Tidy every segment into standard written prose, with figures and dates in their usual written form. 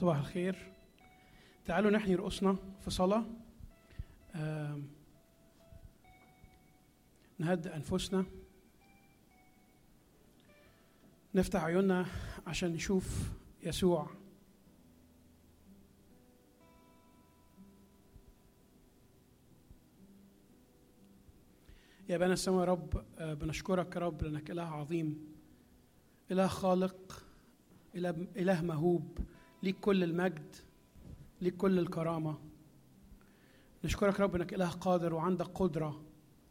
صباح الخير. تعالوا نحني رؤوسنا في صلاة، نهدئ أنفسنا، نفتح عيوننا عشان نشوف يسوع. يا أبانا السماء يا رب، بنشكرك يا رب لأنك إله عظيم، إله خالق، إله مهوب، ليك كل المجد، ليك كل الكرامة. نشكرك يا رب إنك إله قادر وعندك قدرة.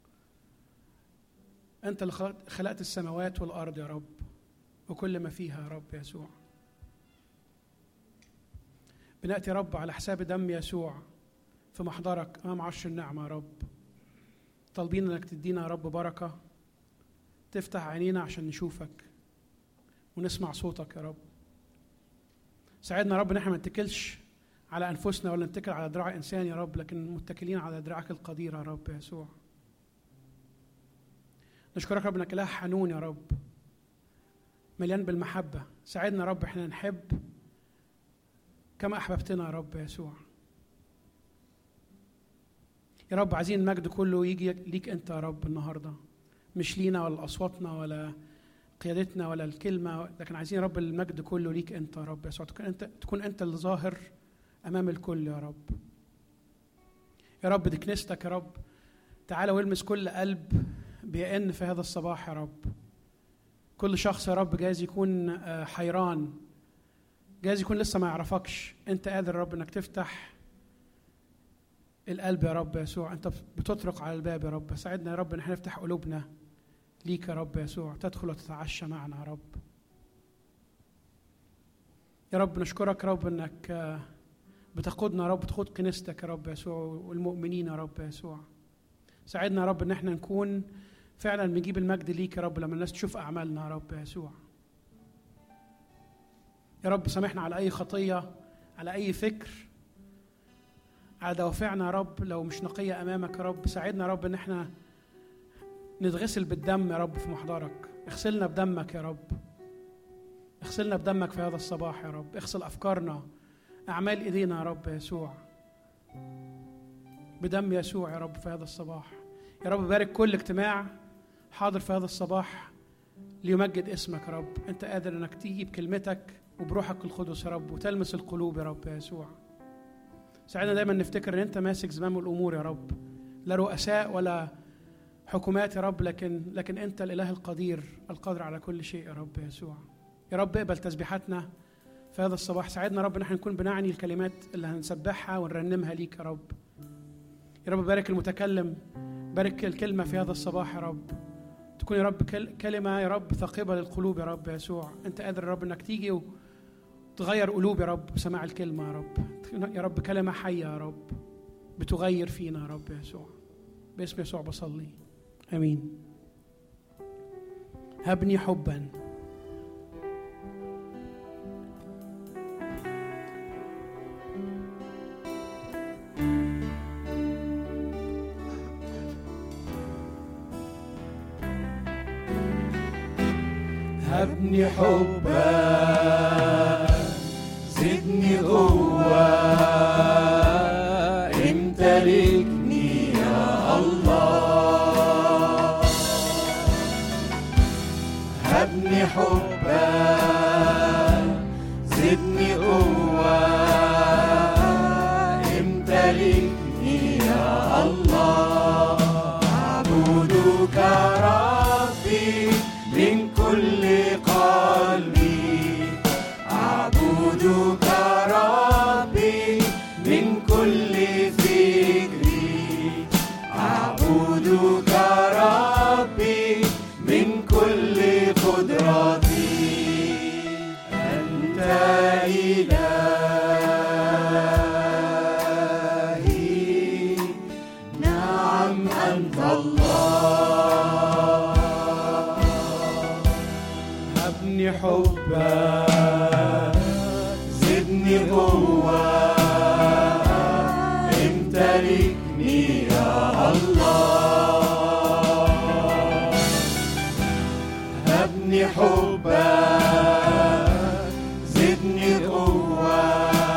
أنت اللي خلقت السماوات والأرض يا رب وكل ما فيها يا رب يسوع. بنأتي يا رب على حساب دم يسوع في محضرك أمام عرش النعمة يا رب، طالبين إنك تدينا يا رب بركة، تفتح عينينا عشان نشوفك ونسمع صوتك يا رب. ساعدنا يا رب إن احنا ما نتكلش على أنفسنا ولا نتكل على دراع إنسان يا رب، لكن متكلين على دراعك القدير يا رب يسوع. نشكرك يا رب إنك إله حنون يا رب، مليان بالمحبة. ساعدنا يا رب احنا نحب كما أحببتنا يا رب يسوع. يا رب عايزين المجد كله يجي ليك أنت يا رب النهاردة، مش لينا ولا أصواتنا ولا قيادتنا ولا الكلمة، لكن عايزين يا رب المجد كله ليك أنت يا رب يسوع. تكون أنت اللي ظاهر أمام الكل يا رب. يا رب دي كنيستك يا رب، تعالى والمس كل قلب بيئن في هذا الصباح يا رب. كل شخص يا رب جايز يكون حيران، جايز يكون لسه ما يعرفكش. أنت قادر يا رب إنك تفتح القلب يا رب يسوع، أنت بتطرق على الباب يا رب. ساعدنا يا رب إن احنا نفتح قلوبنا ليك يا رب يسوع، تدخل وتتعشى معنا يا رب. يا رب نشكرك يا رب إنك بتقودنا يا رب، تقود كنيستك يا رب يسوع والمؤمنين يا رب يسوع. ساعدنا يا رب إن احنا نكون فعلا بنجيب المجد ليك يا رب لما الناس تشوف أعمالنا يا رب يسوع. يا رب سامحنا على أي خطية، على أي فكر، على دوافعنا يا رب لو مش نقية أمامك يا رب. ساعدنا يا رب إن احنا نتغسل بالدم يا رب في محضرك. اغسلنا بدمك يا رب، اغسلنا بدمك في هذا الصباح يا رب. اغسل أفكارنا، أعمال إيدينا يا رب يسوع، بدم يسوع يا رب في هذا الصباح. يا رب بارك كل اجتماع حاضر في هذا الصباح ليمجد اسمك يا رب. أنت قادر أنك تيجي بكلمتك وبروحك القدس يا رب وتلمس القلوب يا رب يسوع. ساعدنا دايما نفتكر أن أنت ماسك زمام الأمور يا رب، لا رؤساء ولا حكومات يا رب، لكن أنت الإله القدير القادر على كل شيء يا رب يسوع. يا رب اقبل تسبيحاتنا في هذا الصباح. ساعدنا يا رب ان احنا نكون بنعني الكلمات اللي هنسبحها ونرنمها ليك يا رب. يا رب بارك المتكلم، بارك الكلمة في هذا الصباح يا رب، تكون يا رب كلمة يا رب ثاقبة للقلوب يا رب يسوع. أنت قادر يا رب إنك تيجي وتغير قلوب يا رب بسماع الكلمة يا رب. يا رب كلمة حية يا رب بتغير فينا يا رب يسوع. باسم يسوع بصلي، آمين. هبني حبا. هبني حبا، زدني قوة، امتلكني يا الله. هبني حبا، زدني قوة، امتلكني يا الله. أعبدك ربي من كل قلبي، أعبدك ربي من كل فكري، أعبدك ربي من كل قدرتي. أنت إلهي، نعم أنت الله. هبني حبا، زدني قوة، امتلكني يا الله. هبني حبا، زدني قوة،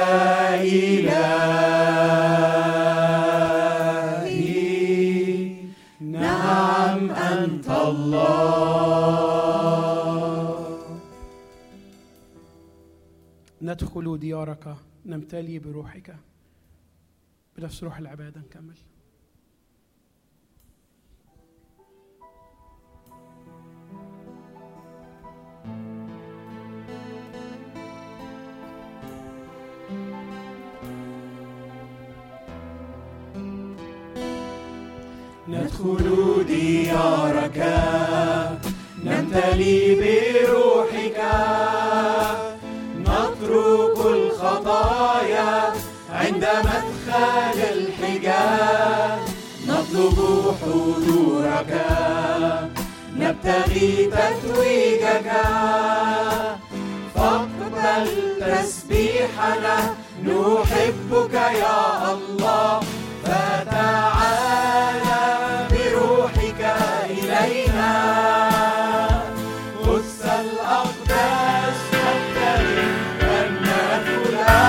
إلهي نعم أنت الله. ندخل ديارك نمتلي بروحك. بنفس روح العبادة نكمل. ندخل ديارك نمتلي بروحك، نترك الخطايا عند مدخل الحجاب، نطلب حضورك نبتغي تتويجك، فاقبل تسبيحنا نحبك يا الله. فتعالى بروحك إلينا قدس الأقداس نبتهل أن ندخلا.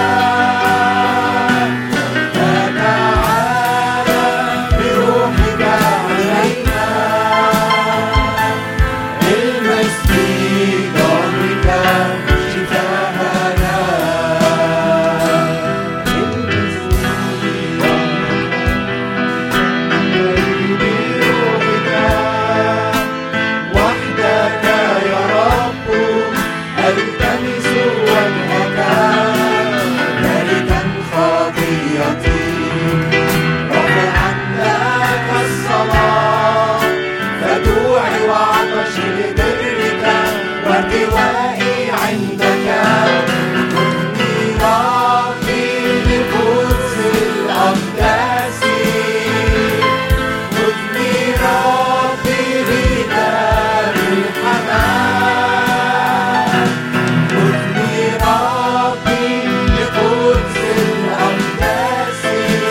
فتعالى بروحك إلينا المسجد أمرك شفاءنا. وارتوائي عندك خذني ربي لقدس الأقداس، خذني ربي لدار الحمام، خذني ربي لقدس الأقداس،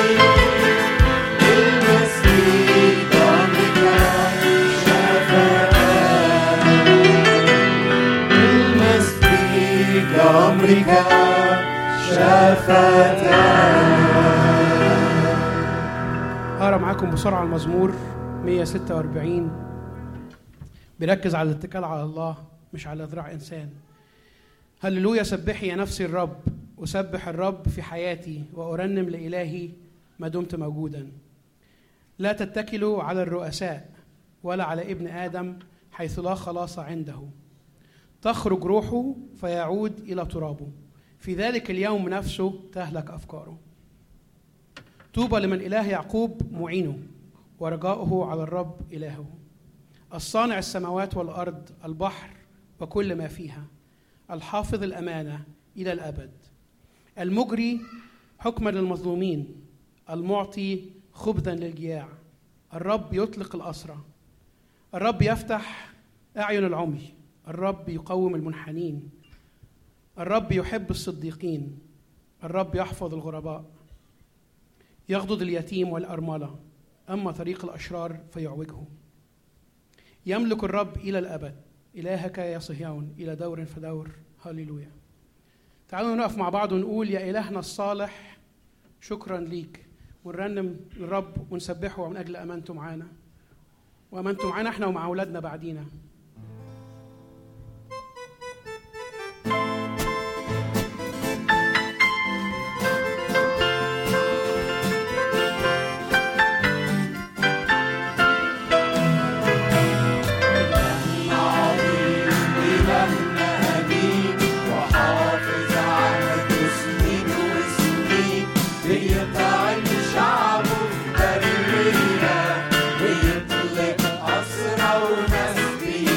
المسجد أمرك أمرك شفتان. أقرأ معاكم بسرعة المزمور 146. بيركز على الاتكال على الله مش على ذراع إنسان. هللويا، سبحي يا نفسي الرب، أسبح الرب في حياتي وأرنم لإلهي ما دمت موجودا. لا تتكلوا على الرؤساء ولا على ابن آدم حيث لا خلاص عنده. تخرج روحه فيعود إلى ترابه، في ذلك اليوم نفسه تهلك أفكاره. طوبى لمن إله يعقوب معينه ورجاؤه على الرب إلهه، الصانع السماوات والأرض البحر وكل ما فيها، الحافظ الأمانة إلى الأبد، المجري حكما للمظلومين، المعطي خبزا للجياع. الرب يطلق الأسرى، الرب يفتح أعين العمي، الرب يقوم المنحنين، الرب يحب الصديقين، الرب يحفظ الغرباء، يغضض اليتيم والأرملة، أما طريق الأشرار فيعوجه. يملك الرب إلى الأبد، إلهك يا صهيون إلى دور فدور. هاليلويا. تعالوا نقف مع بعض ونقول يا إلهنا الصالح شكرا ليك، ونرنم الرب ونسبحه من أجل أمانته معانا وأمانته معانا احنا ومع أولادنا بعدينا. ويطلق أسرى وناس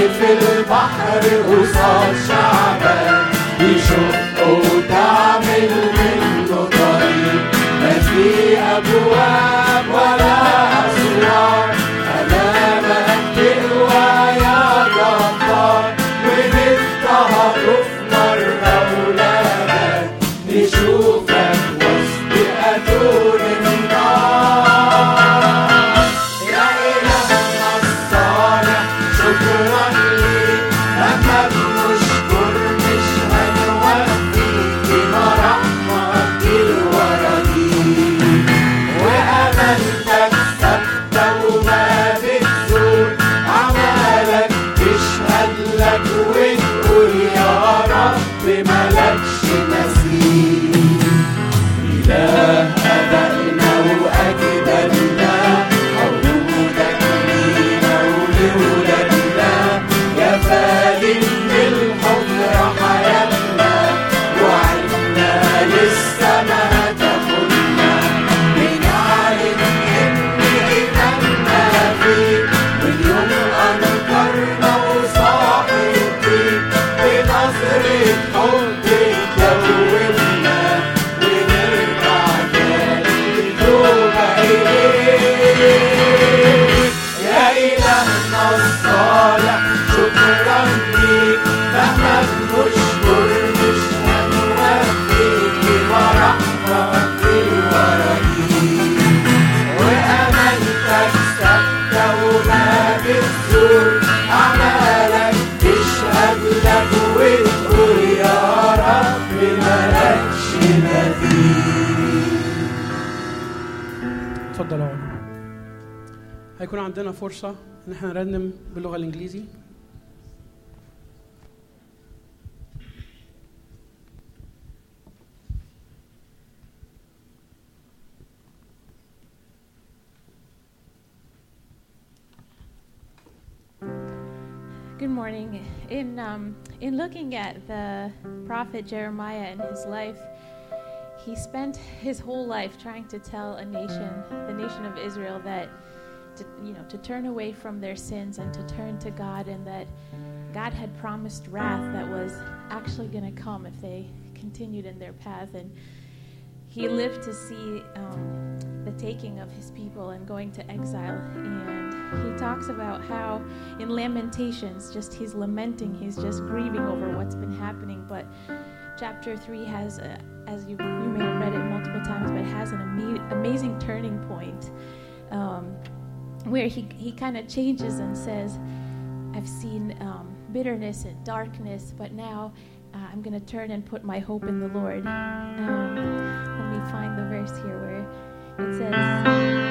في البحر قصاد شعبك يشق وتعمل منه طريق ما في أبواب ولا أسوار أمامك تقوى يا جبار ونضطهدوا في مرة ولادك نشوفك وسط أتون النار يا إلهنا الصالح شكرا ليك لما بنشكر مش هنوفيك مرحمك الورديك وأمانتك ثابتة وما بتزول عملك تشهد لك وتقول يا رب ملكش مثيل إله أبائنا وأجدادنا عهودك لينا ولولادنا يا فادي من الحفرة حياتنا وعدنا لسه ما تاخدنا بنعلن إن إيماننا فيك واليوم أنكرنا وصاحب فيك بنظرة حب تدوبنا ونرجع تاني توبة إليك يا إلهنا الصالح شكرا ليك مهما بنشكر مش هنوفيك مرحمك الورديك وأمانتك ثابتة وما بتزول أعمالك تشهد لك وتقول يا رب ملكش مثيل. اتفضلوا اقعدوا. هيكون عندنا فرصة ان احنا نرنم باللغة الانجليزي. Good morning. In looking at the prophet Jeremiah and his life, he spent his whole life trying to tell a nation, the nation of Israel, that to turn away from their sins and to turn to God, and that God had promised wrath that was actually going to come if they continued in their path. And he lived to see the taking of his people and going to exile. And he talks about how in Lamentations, just he's lamenting, he's just grieving over what's been happening. But chapter 3 has, as you may have read it multiple times, but it has an amazing turning point where he kind of changes and says, I've seen bitterness and darkness, but now I'm going to turn and put my hope in the Lord. Let me find the verse here where it says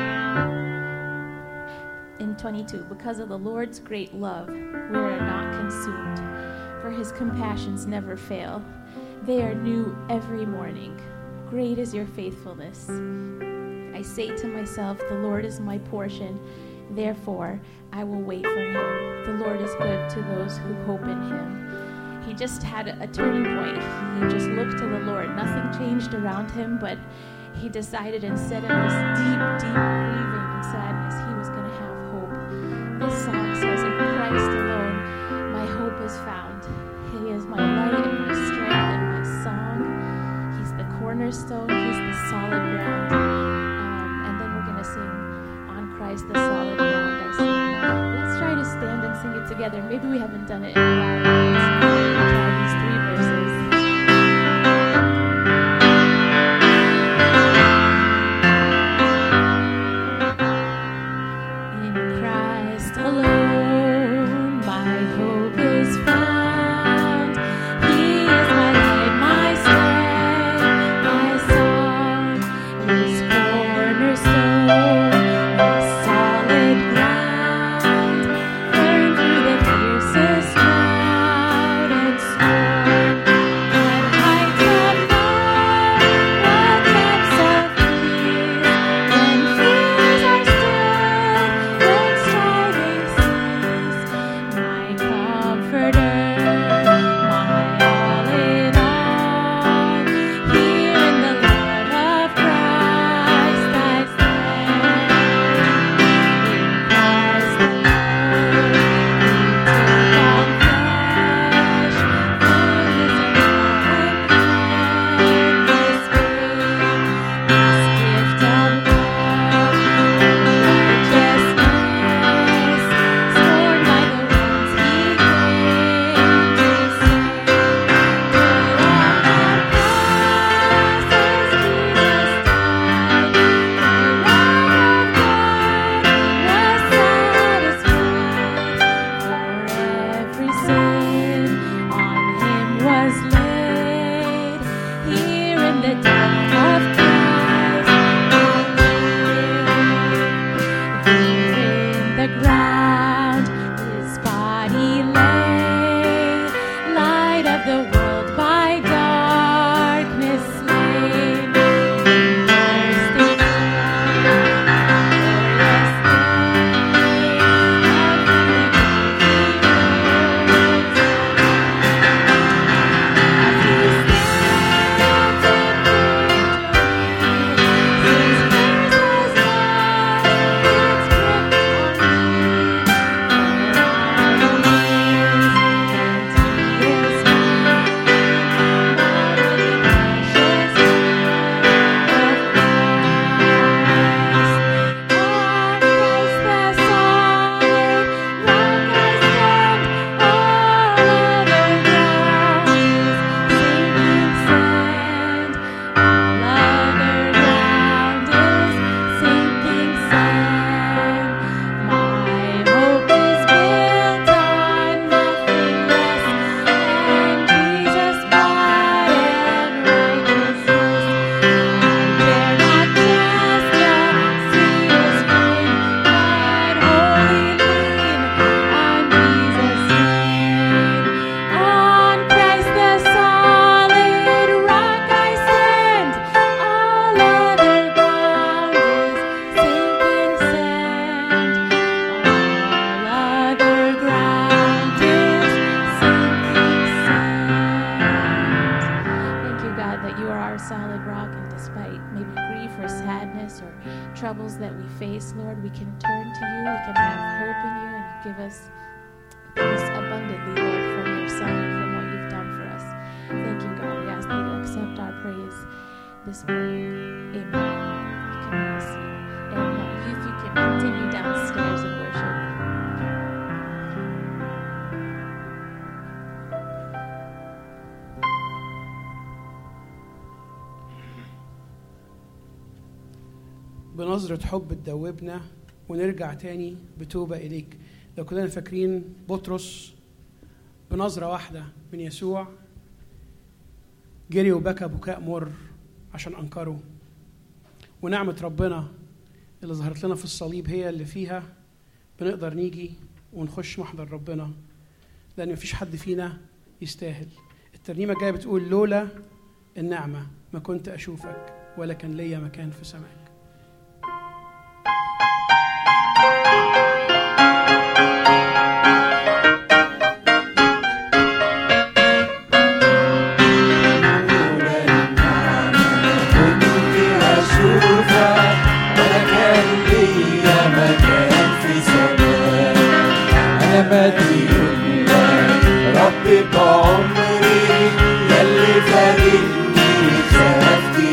in 22, because of the Lord's great love, we are not consumed, for his compassions never fail. They are new every morning. Great is your faithfulness. I say to myself, the Lord is my portion. Therefore, I will wait for him. The Lord is good to those who hope in him. He just had a turning point. He just looked to the Lord. Nothing changed around him, but he decided instead of this deep, deep grieving and sadness, he was going to have hope. This song says, in Christ alone, my hope is found. He is my light and my strength and my song. He's the cornerstone. He's the solid ground. And then we're going to sing, on Christ the solid ground I stand. Let's try to stand and sing it together. Maybe we haven't done it in a while. Let's try these 3 verses. Solid ground, firm through the fiercest cloud. troubles that we face, Lord, we can turn to you, we can have hope in you, and you give us peace abundantly, Lord, from your Son and from what you've done for us. Thank you, God. We ask that you accept our praise this morning. Amen. You can have a seat. And youth, you can continue downstairs and worship. بنظرة حب تدوبنا ونرجع تاني بتوبة إليك. لو كلنا فاكرين بطرس بنظرة واحدة من يسوع جري وبكى بكاء مر عشان أنكره، ونعمة ربنا اللي ظهرت لنا في الصليب هي اللي فيها بنقدر نيجي ونخش محضر ربنا، لأن مفيش حد فينا يستاهل. الترنيمة الجاية بتقول لولا النعمة ما كنت أشوفك ولا كان ليا مكان في سماك. ربي بعمري يلي فارقني شافتني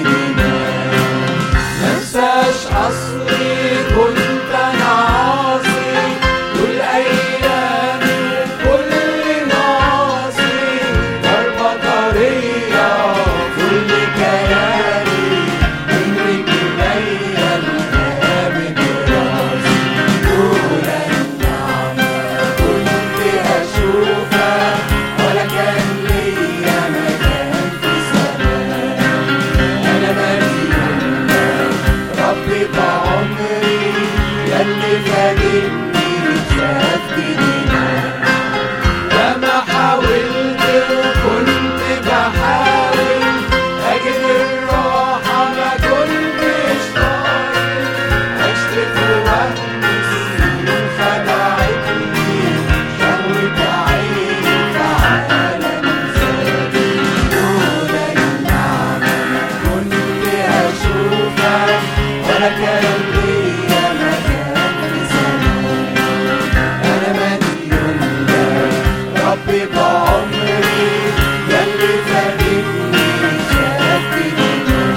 منساش أصلي كنت أنا عاصي كل أيامي وكل ناصي ضربة طرية كل كياني من رجليا لقامت راسي لولا النعمة كنت أشوفك ولا كان ليا مكان في سماك. أنا مديون ربي بعمري يلي فادني شافتني لما حاولت وكنت بحاول أجد الراحة ما كنتش طايق عشت في وهم السنين خدعتني شهوة عيني في عالم ذاتي لولا النعمة ما كنت أشوفك ولا كان ليا مكان في سماك. أنا مديون لك ربي بعمري يلي فادني شافتني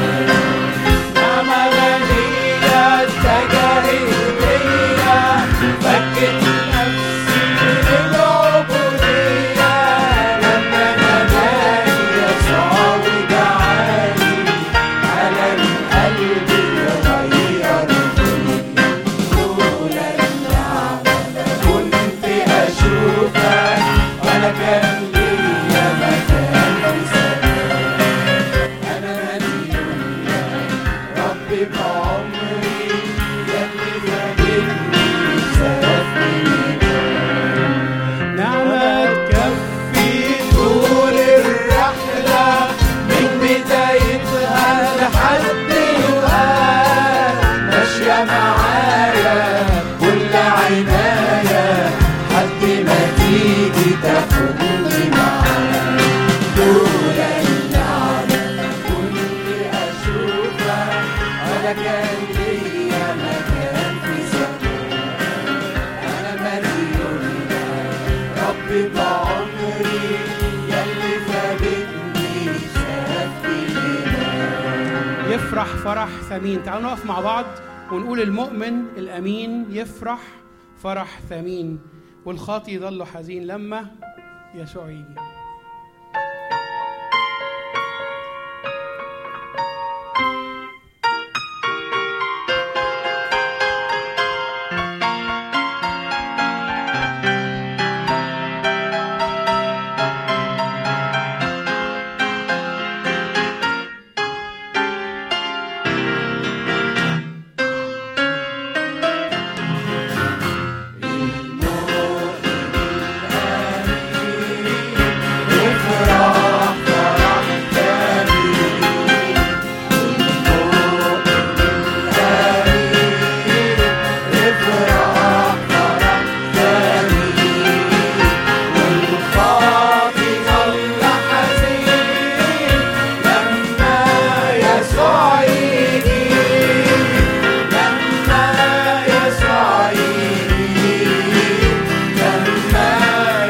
نعمة غنية اتجهت بيا فكت نفسي من العبودية لما ناداني يسوع وجعاني على قلبي يغير فيا لولا النعمة ما كنت أشوفك ولا كان ليا مكان في سماك. أنا مديون لك ربي بعمري يلي فادني شافتني نعمة تكفي طول الرحلة من بدايتها لحد الآن ماشية معايا كل عناية حد ما تيجي تاخدني معاك. لولا النعمة كنت أشوفك ولا كان ليا مكان في سماك. أنا مديون لك ربي بعمري يلي فادني شافتني يفرح فرح ثمين. تعالوا نقف مع بعض ونقول المؤمن الأمين يفرح فرح ثمين والخاطي يظل حزين لما يسوع يجي.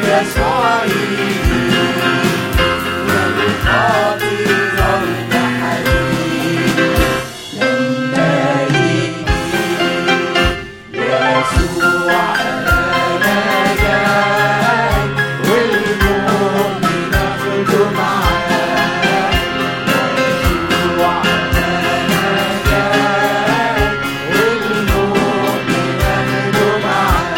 يسوع يجي والخاطي ظل حبيب لما يجي يسوع أنا جاي والموت ناخده معاه يسوع أنا جاي والموت ناخده معاه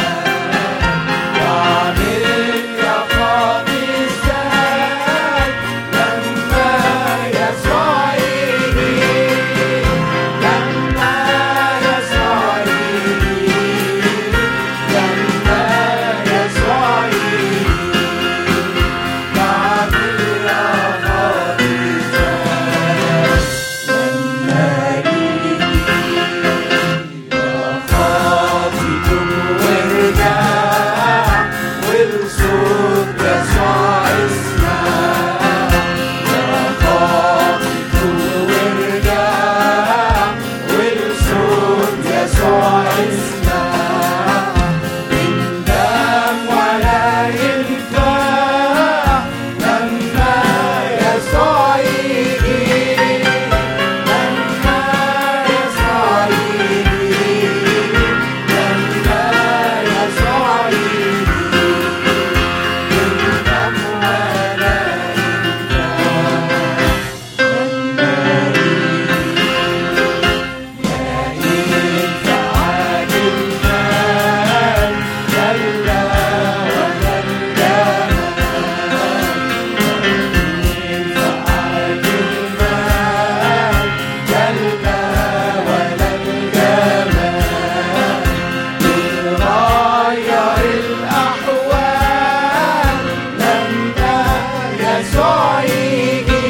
يعمل يا فاضي ازاي لما يسوع يجي لما يسوع يجي لما يسوع يجي يعمل يا فاضي ازاي لما يجي يا فاضي قوم وارجع والصوت يسوع اسمع يا فاضي قوم وارجع والصوت يسوع اسمع اندم ولا ينفع لما يسوع يجي لما يسوع يجي لما يسوع يجي اندم ولا ينفع لما يجي لا ينفع الجمال كلا ولا الجمال ينفع الجمال كلا ولا الجمال بتغير الأحوال لما يسوع يجي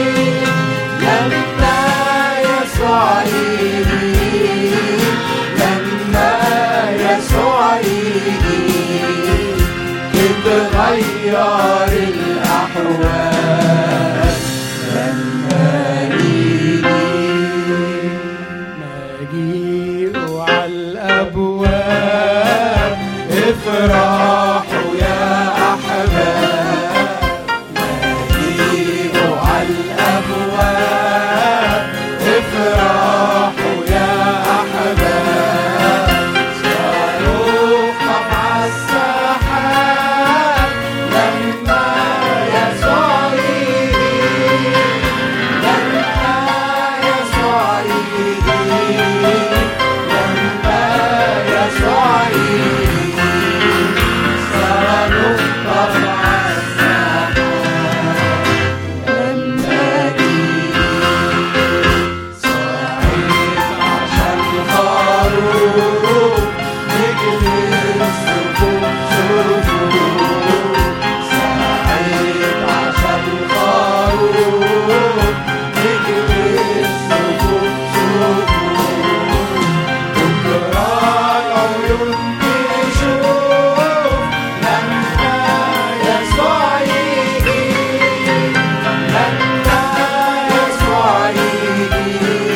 لما يسوع يجي لما يسوع يجي بتغير الأحوال لما يجي مجيء على الأبواب افرحوا يا أحباب مجيء على الأبواب افرحوا يا أحباب صاروخ مع السحاب لما يسوع يجي لما يسوع يجي لما يسوع يجي صاروخ مع السحاب لما يجي صاعد عشان خروف نجلس صفوف صفوف صاعد عشان خروف نجلس صفوف صفوف بكرة العيون تشوف لما يسوع يجي لما يسوع يجي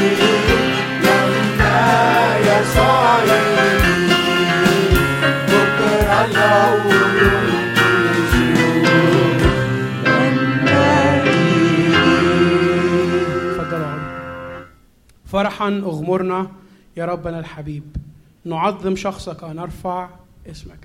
لما يسوع يجي بكرة العيون تشوف لما يجي اتفضلوا اقعدوا. فرحا اغمرنا يا ربنا الحبيب، نعظم شخصك ونرفع اسمك.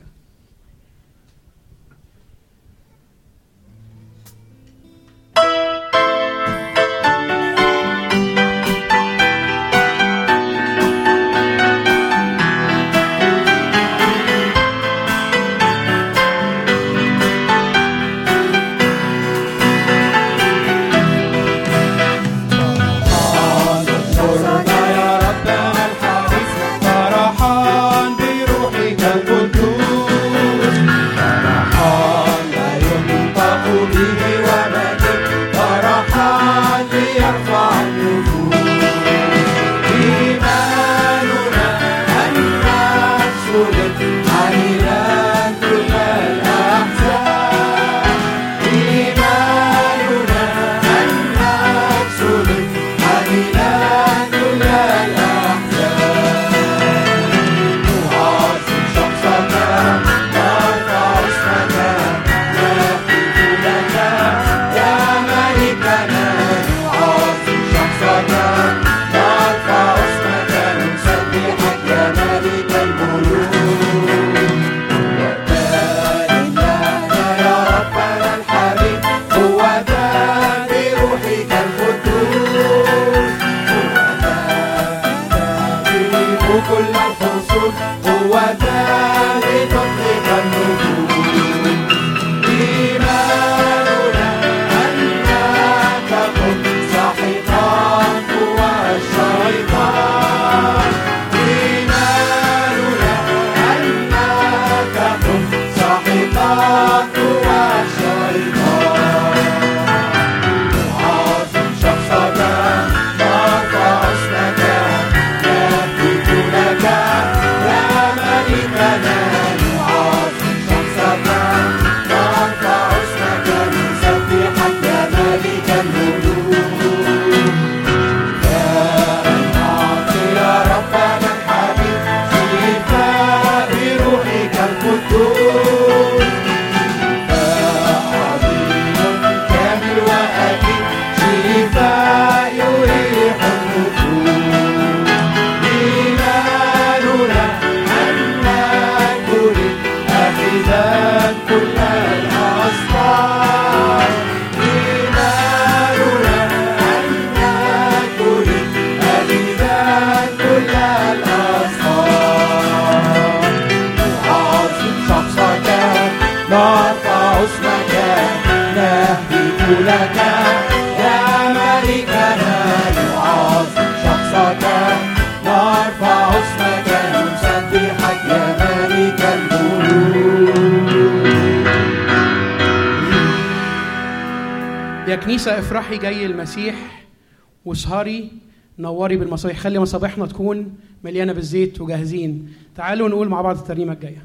انصرنا يا ربنا الحبيب فرحان بروحك القدوس لك يا ملكنا، نعظم شخصك نرفع اسمك نسبحك يا ملك الملوك. يا كنيسة افرحي جاي المسيح، واسهري نوري بالمصابيح، خلي مصابيحنا تكون مليانة بالزيت وجاهزين. تعالوا نقول مع بعض الترنيمة الجاية.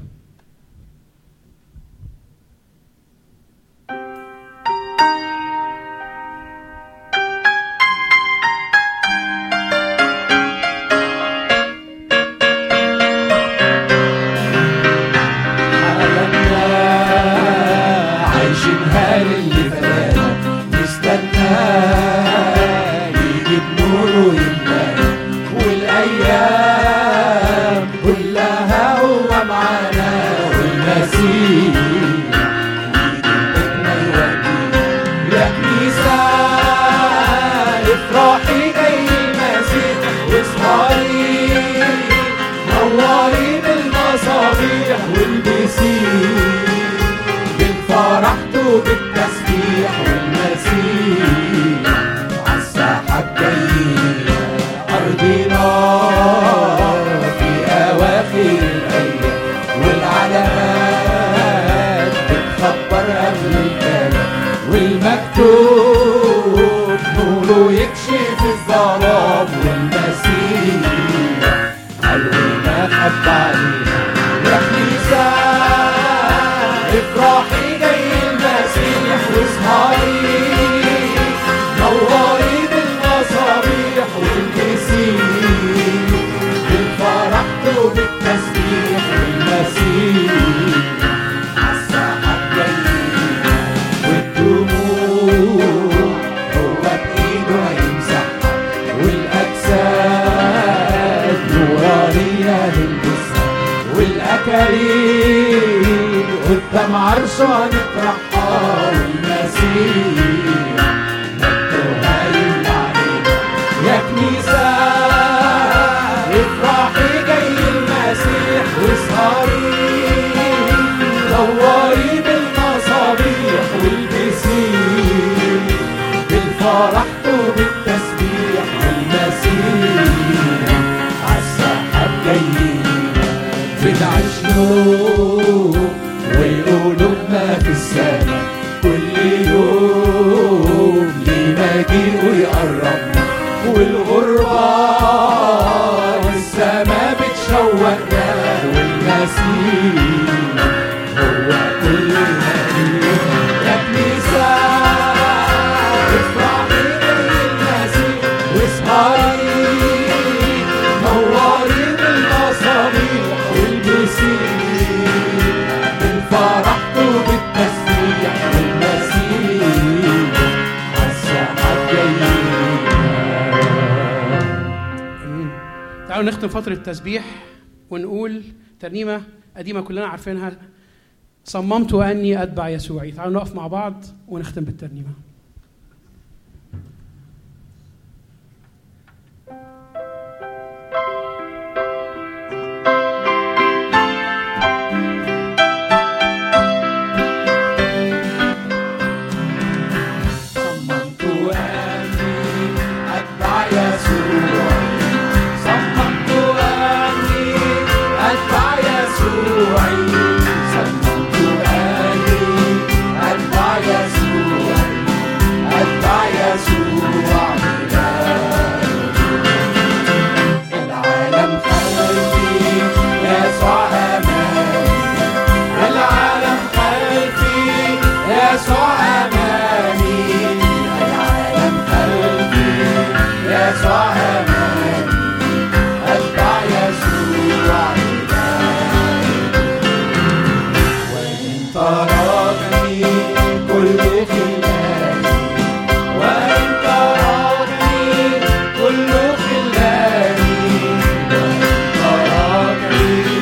قدام عرشه نطرحها والمسيح مجدها يملى علينا. يا كنيسة افرحي جاي المسيح، واسهري نوري بالمصابيح، والبسي بالفرح وبالتسبيح، والمسيح عالسحاب جايين بنعيش نور وقلوبنا في السماء كل يوم لمجيئه يقربنا، والغربة والسماء بتشوقنا، والمسيح هو كل مجيء. يا كنيسة افرحي بالمسيح، واسهري نوري بالمصابيح، والبسي فرحت بالتسبيح، والمسيح عالسحاب جايين. تعالوا نختم فترة التسبيح ونقول ترنيمة قديمة كلنا عارفينها، صممت أني أتبع يسوعي. تعالوا نقف مع بعض ونختم بالترنيمة.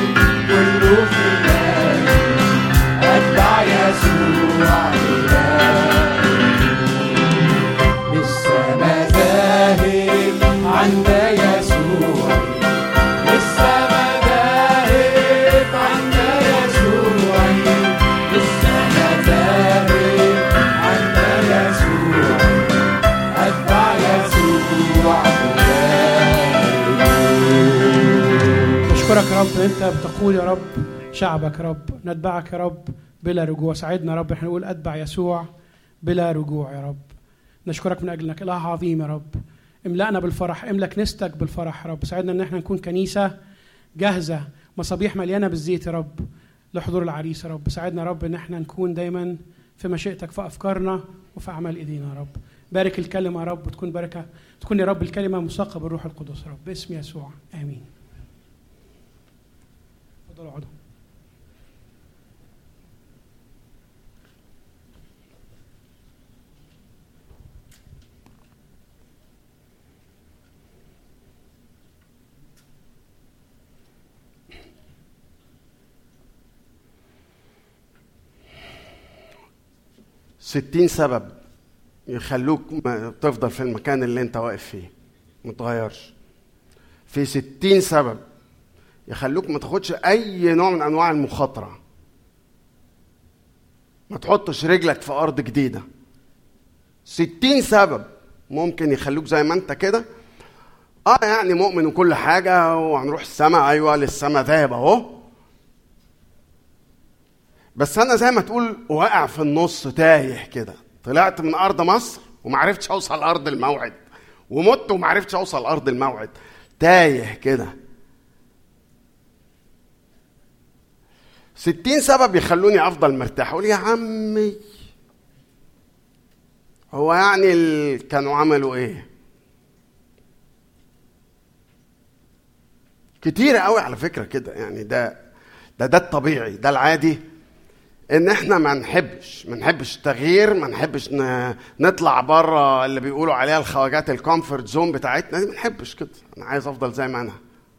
أتبع يسوع. رب انت بتقول يا رب شعبك يا رب نتبعك يا رب بلا رجوع. ساعدنا يا رب احنا نقول اتبع يسوع بلا رجوع يا رب. نشكرك من اجل انك اله عظيم يا رب. املأنا بالفرح، املأ كنيستك بالفرح يا رب. ساعدنا ان احنا نكون كنيسة جاهزة، مصابيح مليانة بالزيت يا رب لحضور العريس يا رب. ساعدنا يا رب ان احنا نكون دايما في مشيئتك في افكارنا وفي اعمال ايدينا يا رب. بارك الكلمة يا رب وتكون بركة، تكون يا رب الكلمة مساقة بالروح القدس يا رب باسم يسوع امين. اتفضلوا اقعدوا. ستين سبب يخلوك تفضل في المكان اللي انت واقف فيه متغيرش. في 60 سبب يخلوك ما تاخدش اي نوع من انواع المخاطرة، ما تحطش رجلك في ارض جديدة. 60 سبب ممكن يخلوك زي ما انت كده، يعني مؤمن وكل حاجة وهنروح السماء، ايوه للسماء ذاهب اهو، بس انا زي ما تقول واقع في النص تايه كده. طلعت من ارض مصر ومعرفتش اوصل لارض الموعد، ومت ومعرفتش اوصل لارض الموعد، تايه كده. 60 سبب يخلوني افضل مرتاح. اقول يا عمي هو يعني كانوا عملوا ايه؟ كتير قوي على فكرة كده. يعني ده الطبيعي، ده العادي، ان احنا ما نحبش التغيير، ما نحبش نطلع بره اللي بيقولوا عليها الخواجات الكومفورت زون بتاعتنا دي. ما نحبش كده. انا عايز افضل زي ما انا.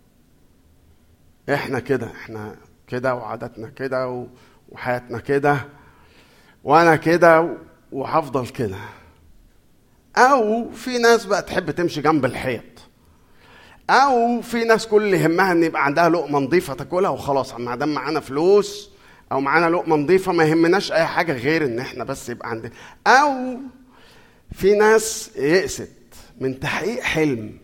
احنا كده وعاداتنا كده وحياتنا كده وانا كده وهفضل كده. او في ناس بقى تحب تمشي جنب الحيط، او في ناس كل اللي يهمها ان يبقى عندها لقمه نظيفه تاكلها وخلاص. ما دام معانا فلوس او معانا لقمه نظيفه ما يهمناش اي حاجه غير ان احنا بس يبقى عندنا. او في ناس يئست من تحقيق حلم،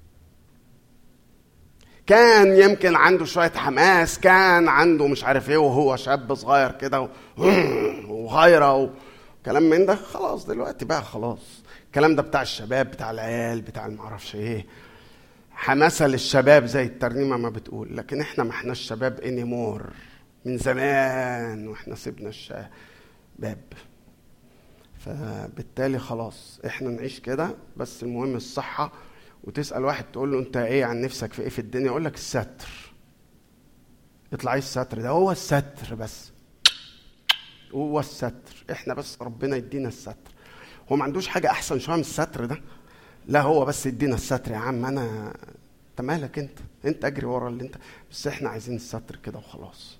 كان يمكن عنده شويه حماس، كان عنده مش عارف ايه وهو شاب صغير كده وغيره وكلام من ده. خلاص دلوقتي بقى خلاص الكلام ده بتاع الشباب، بتاع العيال، بتاع المعرفش ايه، حماسه للشباب زي الترنيمه ما بتقول. لكن احنا ما احناش شباب انيمور، من زمان واحنا سيبنا الشباب. فبالتالي خلاص احنا نعيش كده. بس المهم الصحة. وتسأل واحد تقول له انت ايه عن نفسك في ايه في الدنيا، يقول لك الستر. يطلع ايه الستر ده؟ هو الستر بس، هو الستر. احنا بس ربنا يدينا الستر. هو ما عندوش حاجة احسن شوية من الستر ده. لا هو بس يدينا الستر. يا عم انت مالك، انت اجري ورا اللي انت، بس احنا عايزين الستر كده وخلاص.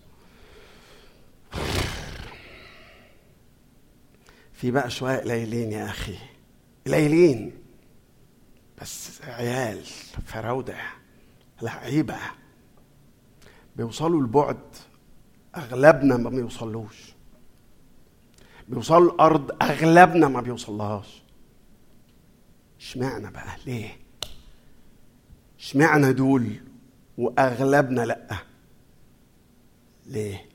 في بقى شوية قليلين يا أخي، قليلين بس عيال فراودة لعيبة بيوصلوا البعد أغلبنا ما بيوصلوش، بيوصلوا الأرض أغلبنا ما بيوصلهاش. اشمعنى بقى؟ ليه؟ اشمعنى دول وأغلبنا لأ؟ ليه؟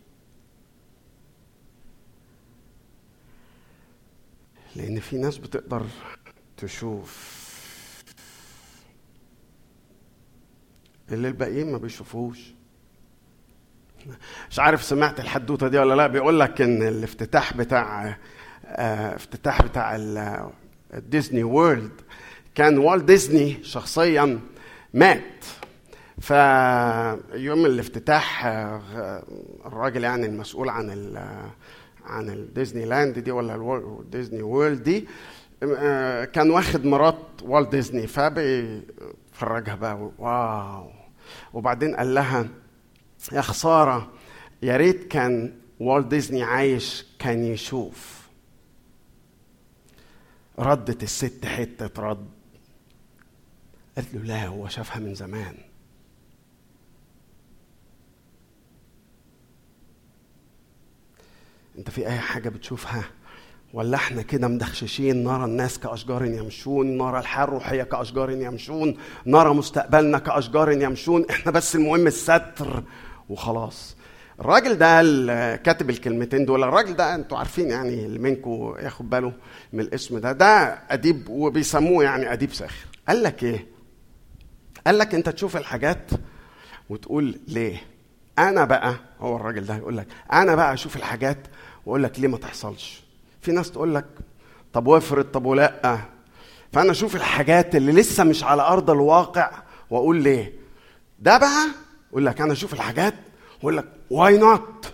لأن في ناس بتقدر تشوف اللي الباقيين ما بيشوفوش. مش عارف سمعت الحدوتة دي ولا لا. بيقول لك ان الافتتاح بتاع الديزني وورلد كان والت ديزني شخصيا مات. فيوم الافتتاح الراجل يعني المسؤول عن الديزني لاند دي ولا الديزني وورلد دي كان واخد مرات والت ديزني، فبيفرجها بقى واو. وبعدين قال لها يا خسارة، يا ريت كان والت ديزني عايش كان يشوف. ردت الست حتة رد، قالت له لا هو شافها من زمان. انت في اي حاجة بتشوفها ولا احنا كده مدخششين نرى الناس كأشجار يمشون، نرى الحياة الروحية كأشجار يمشون، نرى مستقبلنا كأشجار يمشون، احنا بس المهم الستر وخلاص. الراجل ده كاتب الكلمتين دول، الراجل ده انتوا عارفين يعني اللي منكم ياخد باله من الاسم ده أديب وبيسموه يعني أديب ساخر. قال لك ايه؟ قال لك انت تشوف الحاجات وتقول ليه. انا بقى، هو الراجل ده يقول لك انا بقى اشوف الحاجات واقول لك ليه ما تحصلش. في ناس تقول لك طب وافرض، طب ولا. فانا اشوف الحاجات اللي لسه مش على ارض الواقع واقول ليه. ده بقى يقول لك انا اشوف الحاجات واقول لك واي نوت.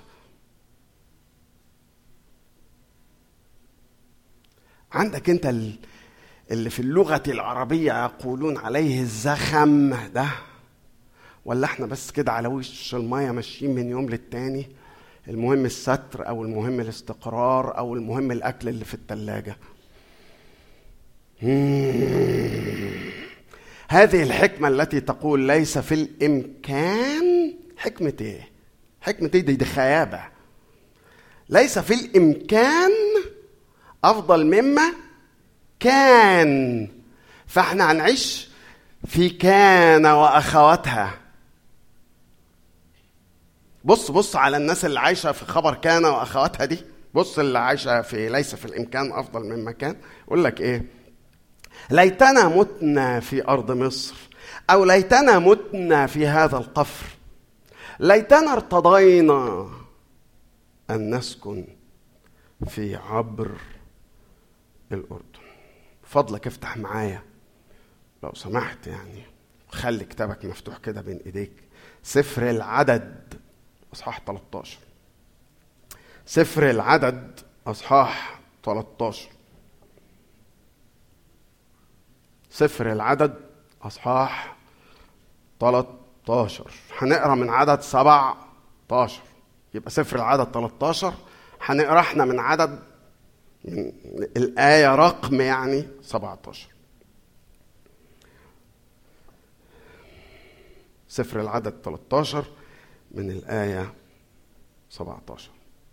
عندك انت اللي في اللغة العربية يقولون عليه الزخم ده، ولا احنا بس كده على وش المية ماشيين من يوم للتاني، المهم الستر او المهم الاستقرار او المهم الاكل اللي في الثلاجة. هذه الحكمة التي تقول ليس في الامكان، حكمة ايه؟ حكمة ايه؟ دي خيابة. ليس في الامكان افضل مما كان. فاحنا هنعيش في كان واخواتها. بص على الناس اللي عايشة في خبر كان واخواتها دي، بص اللي عايشة في ليس في الامكان افضل مما كان. يقول لك ايه؟ ليتنا متنا في ارض مصر، او ليتنا متنا في هذا القفر، ليتنا ارتضينا ان نسكن في عبر الأردن. فضلك افتح معايا لو سمحت يعني، خلي كتابك مفتوح كده بين ايديك. سفر العدد اصحاح 13. سفر العدد اصحاح 13. سفر العدد اصحاح 13. هنقرا من عدد 17. يبقى سفر العدد 13 هنقرا احنا من عدد من الآية رقم يعني 17. سفر العدد 13 من الآية 17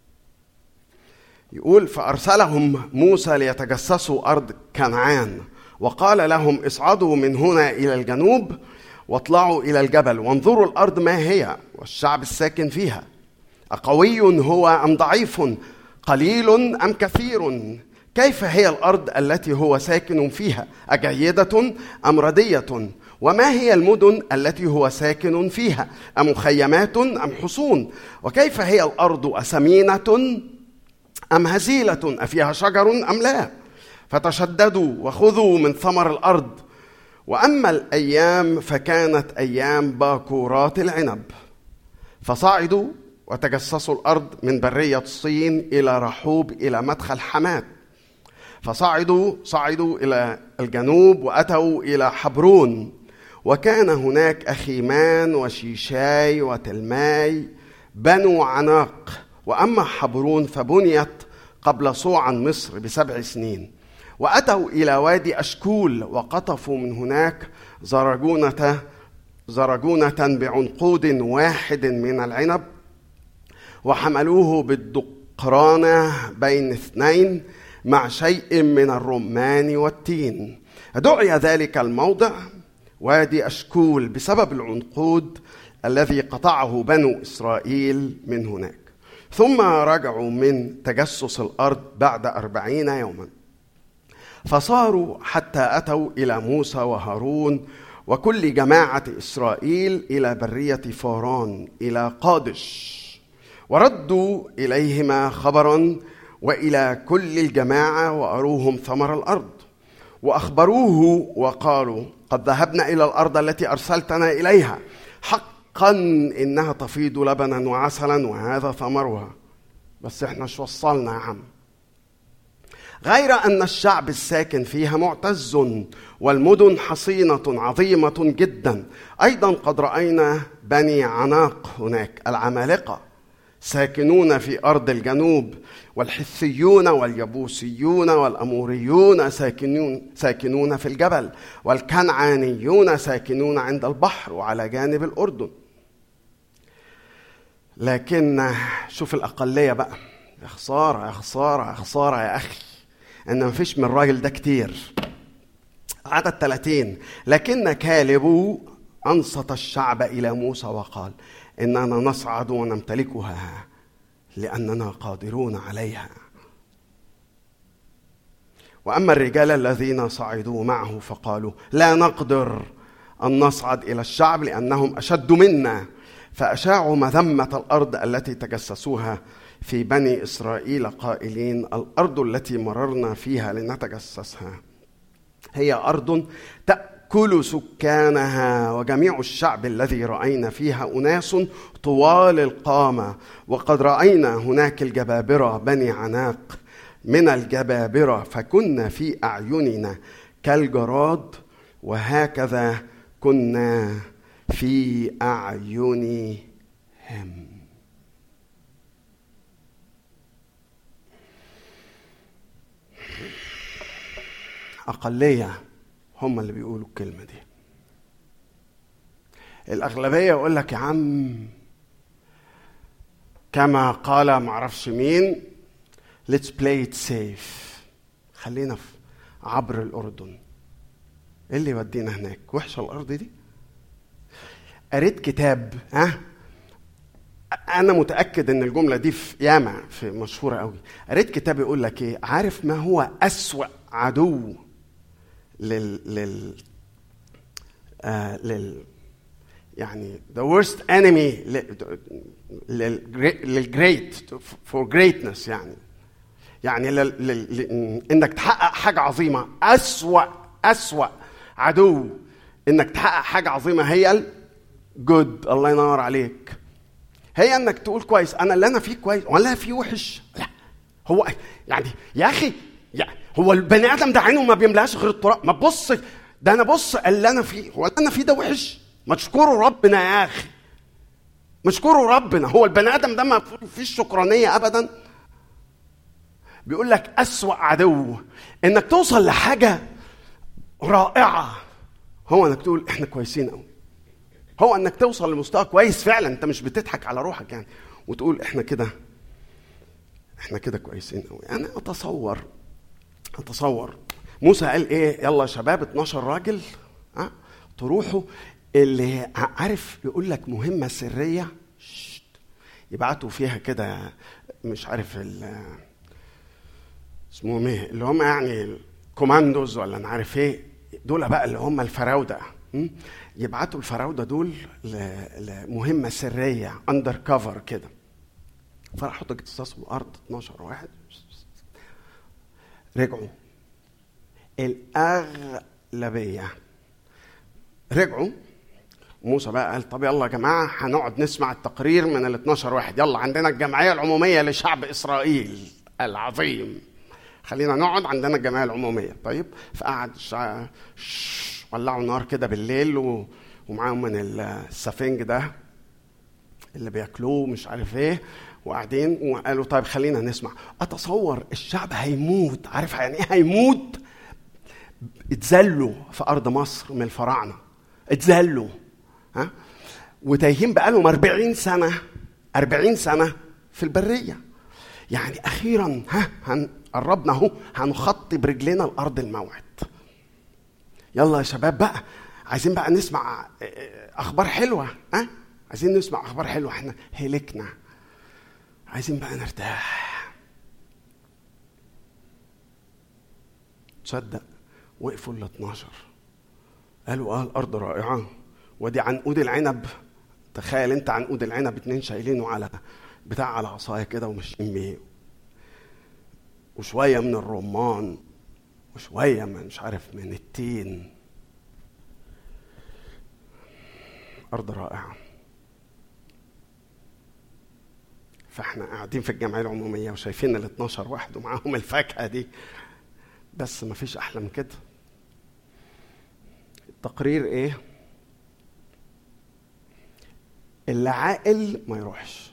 يقول: فأرسلهم موسى ليتجسسوا أرض كنعان، وقال لهم: اصعدوا من هنا إلى الجنوب واطلعوا إلى الجبل وانظروا الأرض ما هي والشعب الساكن فيها، أقوي هو أم ضعيف، قليل أم كثير، كيف هي الأرض التي هو ساكن فيها، أجيدة أم ردية، وما هي المدن التي هو ساكن فيها، أمخيمات أم حصون، وكيف هي الأرض، أسمينة أم هزيلة، أفيها شجر أم لا، فتشددوا وخذوا من ثمر الأرض. وأما الأيام فكانت أيام باكورات العنب، فصعدوا وتجسسوا الأرض من برية صين إلى رحوب إلى مدخل حمات، فصعدوا إلى الجنوب وأتوا إلى حبرون، وكان هناك أخيمان وشيشاي وتلماي بنو عناق. وأما حبرون فبنيت قبل صوعن مصر ب7 سنين. وأتوا إلى وادي أشكول وقطفوا من هناك زرجونة بعنقود واحد من العنب، وحملوه بالدقرانة بين 2 مع شيء من الرمان والتين. دعي ذلك الموضع وادي أشكول بسبب العنقود الذي قطعه بنو إسرائيل من هناك. ثم رجعوا من تجسس الأرض بعد 40 يوما، فصاروا حتى أتوا إلى موسى وهارون وكل جماعة إسرائيل إلى برية فاران إلى قادش، وردوا إليهما خبرا وإلى كل الجماعة وأروهم ثمر الأرض، وأخبروه وقالوا: قد ذهبنا إلى الأرض التي أرسلتنا إليها، حقا إنها تفيض لبنا وعسلا وهذا ثمرها. بس إحنا شو وصلنا يا عم؟ غير أن الشعب الساكن فيها معتز والمدن حصينة عظيمة جدا. أيضا قد رأينا بني عناق هناك العمالقة ساكنون في أرض الجنوب، والحثيون واليبوسيون والأموريون ساكنون في الجبل، والكنعانيون ساكنون عند البحر وعلى جانب الأردن. لكن شوف الأقلية بقى، يا خسارة يا خسارة يا خسارة يا أخي، ان مفيش من الراجل ده كتير. عدد 30 لكن كالب أنصت الشعب إلى موسى وقال إننا نصعد ونمتلكها لأننا قادرون عليها. وأما الرجال الذين صعدوا معه فقالوا لا نقدر أن نصعد إلى الشعب لأنهم أشد منا، فأشاعوا مذمة الأرض التي تجسسوها في بني إسرائيل قائلين الأرض التي مررنا فيها لنتجسسها هي أرض تأكل سكانها، وجميع الشعب الذي رأينا فيها أناس طوال القامة، وقد رأينا هناك الجبابرة بني عناق من الجبابرة، فكنا في أعيننا كالجراد وهكذا كنا في أعينهم. أقلية هم اللي بيقولوا الكلمة دي. الأغلبية يقول لك يا عم كما قال معرفش مين let's play it safe، خلينا في عبر الأردن. إيه اللي يودينا هناك؟ وحشة الأرض دي. قريت كتاب أنا متأكد إن الجملة دي في ياما في مشهورة قوي. قريت كتاب يقول لك إيه؟ عارف ما هو أسوأ عدو لل يعني the worst enemy للجريت for greatness، يعني انك تحقق حاجة عظيمة. أسوأ عدو انك تحقق حاجة عظيمة هي الجود. الله ينور عليك. هي انك تقول كويس انا اللي انا فيه كويس ولا فيه وحش. لا، هو يعني يا اخي هو البني ادم ده عينه ما بيملاش غير التراب. ما تبص ده انا بص اللي انا فيه، هو اللي انا فيه ده وحش؟ ما تشكروا ربنا يا اخي، مشكوروا ربنا. هو البني ادم ده ما فيش شكرانيه ابدا. بيقول لك اسوأ عدو انك توصل لحاجه رائعه هو انك تقول احنا كويسين قوي. هو انك توصل لمستوى كويس فعلا، انت مش بتضحك على روحك يعني، وتقول احنا كده كويسين قوي. انا اتصور موسى قال ايه؟ يلا يا شباب 12 راجل تروحوا اللي عارف يقول لك مهمة سرية يبعتوا فيها كده، مش عارف اسمهم ايه اللي هم يعني كوماندوز ولا انا عارف ايه دول بقى اللي هم الفراودة. يبعتوا الفراودة دول لمهمة سرية اندر كفر كده. فراحوا تجسسوا الارض 12 واحد، رجعوا الأغلبية رجعوا. موسى بقى قال طب يلا يا جماعة هنقعد نسمع التقرير من ال 12 واحد. يلا عندنا الجمعية العمومية لشعب إسرائيل العظيم، خلينا نقعد عندنا الجمعية العمومية. طيب فقعد ولعوا نار كده بالليل ومعاهم من السفنج ده اللي بياكلوه مش عارف ايه، وقاعدين وقالوا طيب خلينا نسمع. اتصور الشعب هيموت. عارف يعني ايه هيموت؟ اتذلوا في ارض مصر من الفراعنه، اتذلوا وتايهين بقالهم 40 سنه في البريه. يعني اخيرا قربنا اهو هنخطي برجلنا الارض الموعد. يلا يا شباب بقى عايزين بقى نسمع اخبار حلوه. عايزين نسمع اخبار حلوه، احنا هلكنا، عايزين بقى نرتاح. تصدق وقفوا ال 12 قالوا الارض رائعه، ودي عنقود العنب. تخيل انت عنقود العنب 2 شايلينه على بتاع على عصايه كده وماشيين بيه، وشويه من الرمان وشويه من مش عارف من التين. ارض رائعه. فاحنا قاعدين في الجمعيه العموميه وشايفين ال 12 واحد ومعاهم الفاكهه دي، بس ما فيش احلى من كده. التقرير ايه؟ اللي عاقل ما يروحش،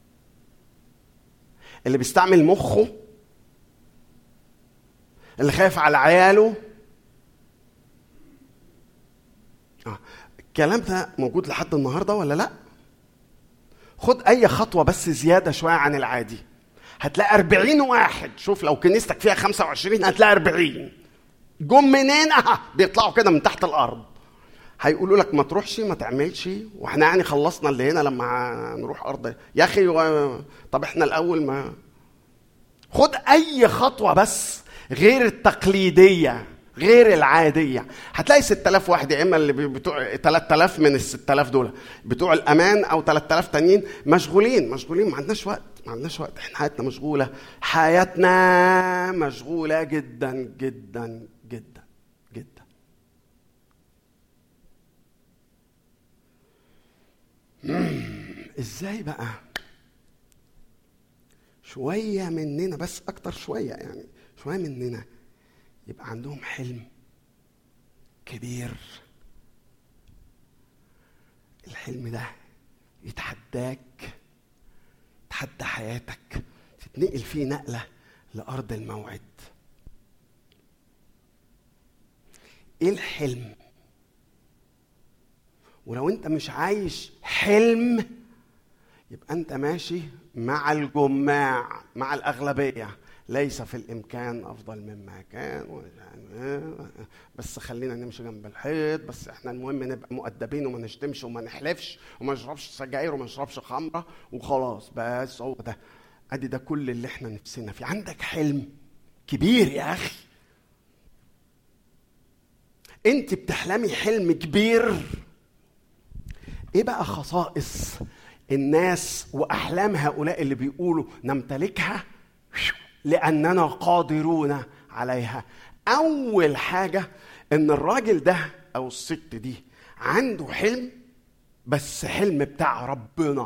اللي بيستعمل مخه، اللي خايف على عياله. الكلام ده موجود لحد النهارده ولا لا؟ خد اي خطوه بس زياده شويه عن العادي هتلاقي 40 واحد. شوف لو كنيستك فيها 25 هتلاقي 40 جم منين؟ بيطلعوا كده من تحت الارض. هيقولوا لك ما تروحش ما تعملش، واحنا يعني خلصنا اللي هنا لما نروح ارض يا اخي. طب احنا الاول ما خد اي خطوه بس غير التقليديه غير العاديه. هتلاقي 6000 واحد، يا اما اللي بتوع 3000 من ال 6000 دول بتوع الامان، او 3000 تانيين مشغولين. ما عندناش وقت. احنا حياتنا مشغوله، حياتنا مشغوله جدا جدا جدا جدا. ازاي بقى شويه مننا، بس اكتر شويه يعني، شويه مننا يبقى عندهم حلم كبير، الحلم ده يتحداك، يتحدى حياتك، تتنقل فيه نقلة لأرض الموعد. ايه الحلم؟ ولو انت مش عايش حلم يبقى انت ماشي مع الجماع، مع الأغلبية. ليس في الإمكان أفضل مما كان، بس خلينا نمشي جنب الحيط، بس احنا المهم نبقى مؤدبين وما نشتمش وما نحلفش وما نشربش سجاير وما نشربش خمرة وخلاص. بس هو ده، ادي ده كل اللي احنا نفسنا فيه. عندك حلم كبير يا أخي، انت بتحلمي حلم كبير. ايه بقى خصائص الناس وأحلام هؤلاء اللي بيقولوا نمتلكها لأننا قادرون عليها؟ أول حاجة إن الراجل ده أو الست دي عنده حلم، بس حلم بتاع ربنا،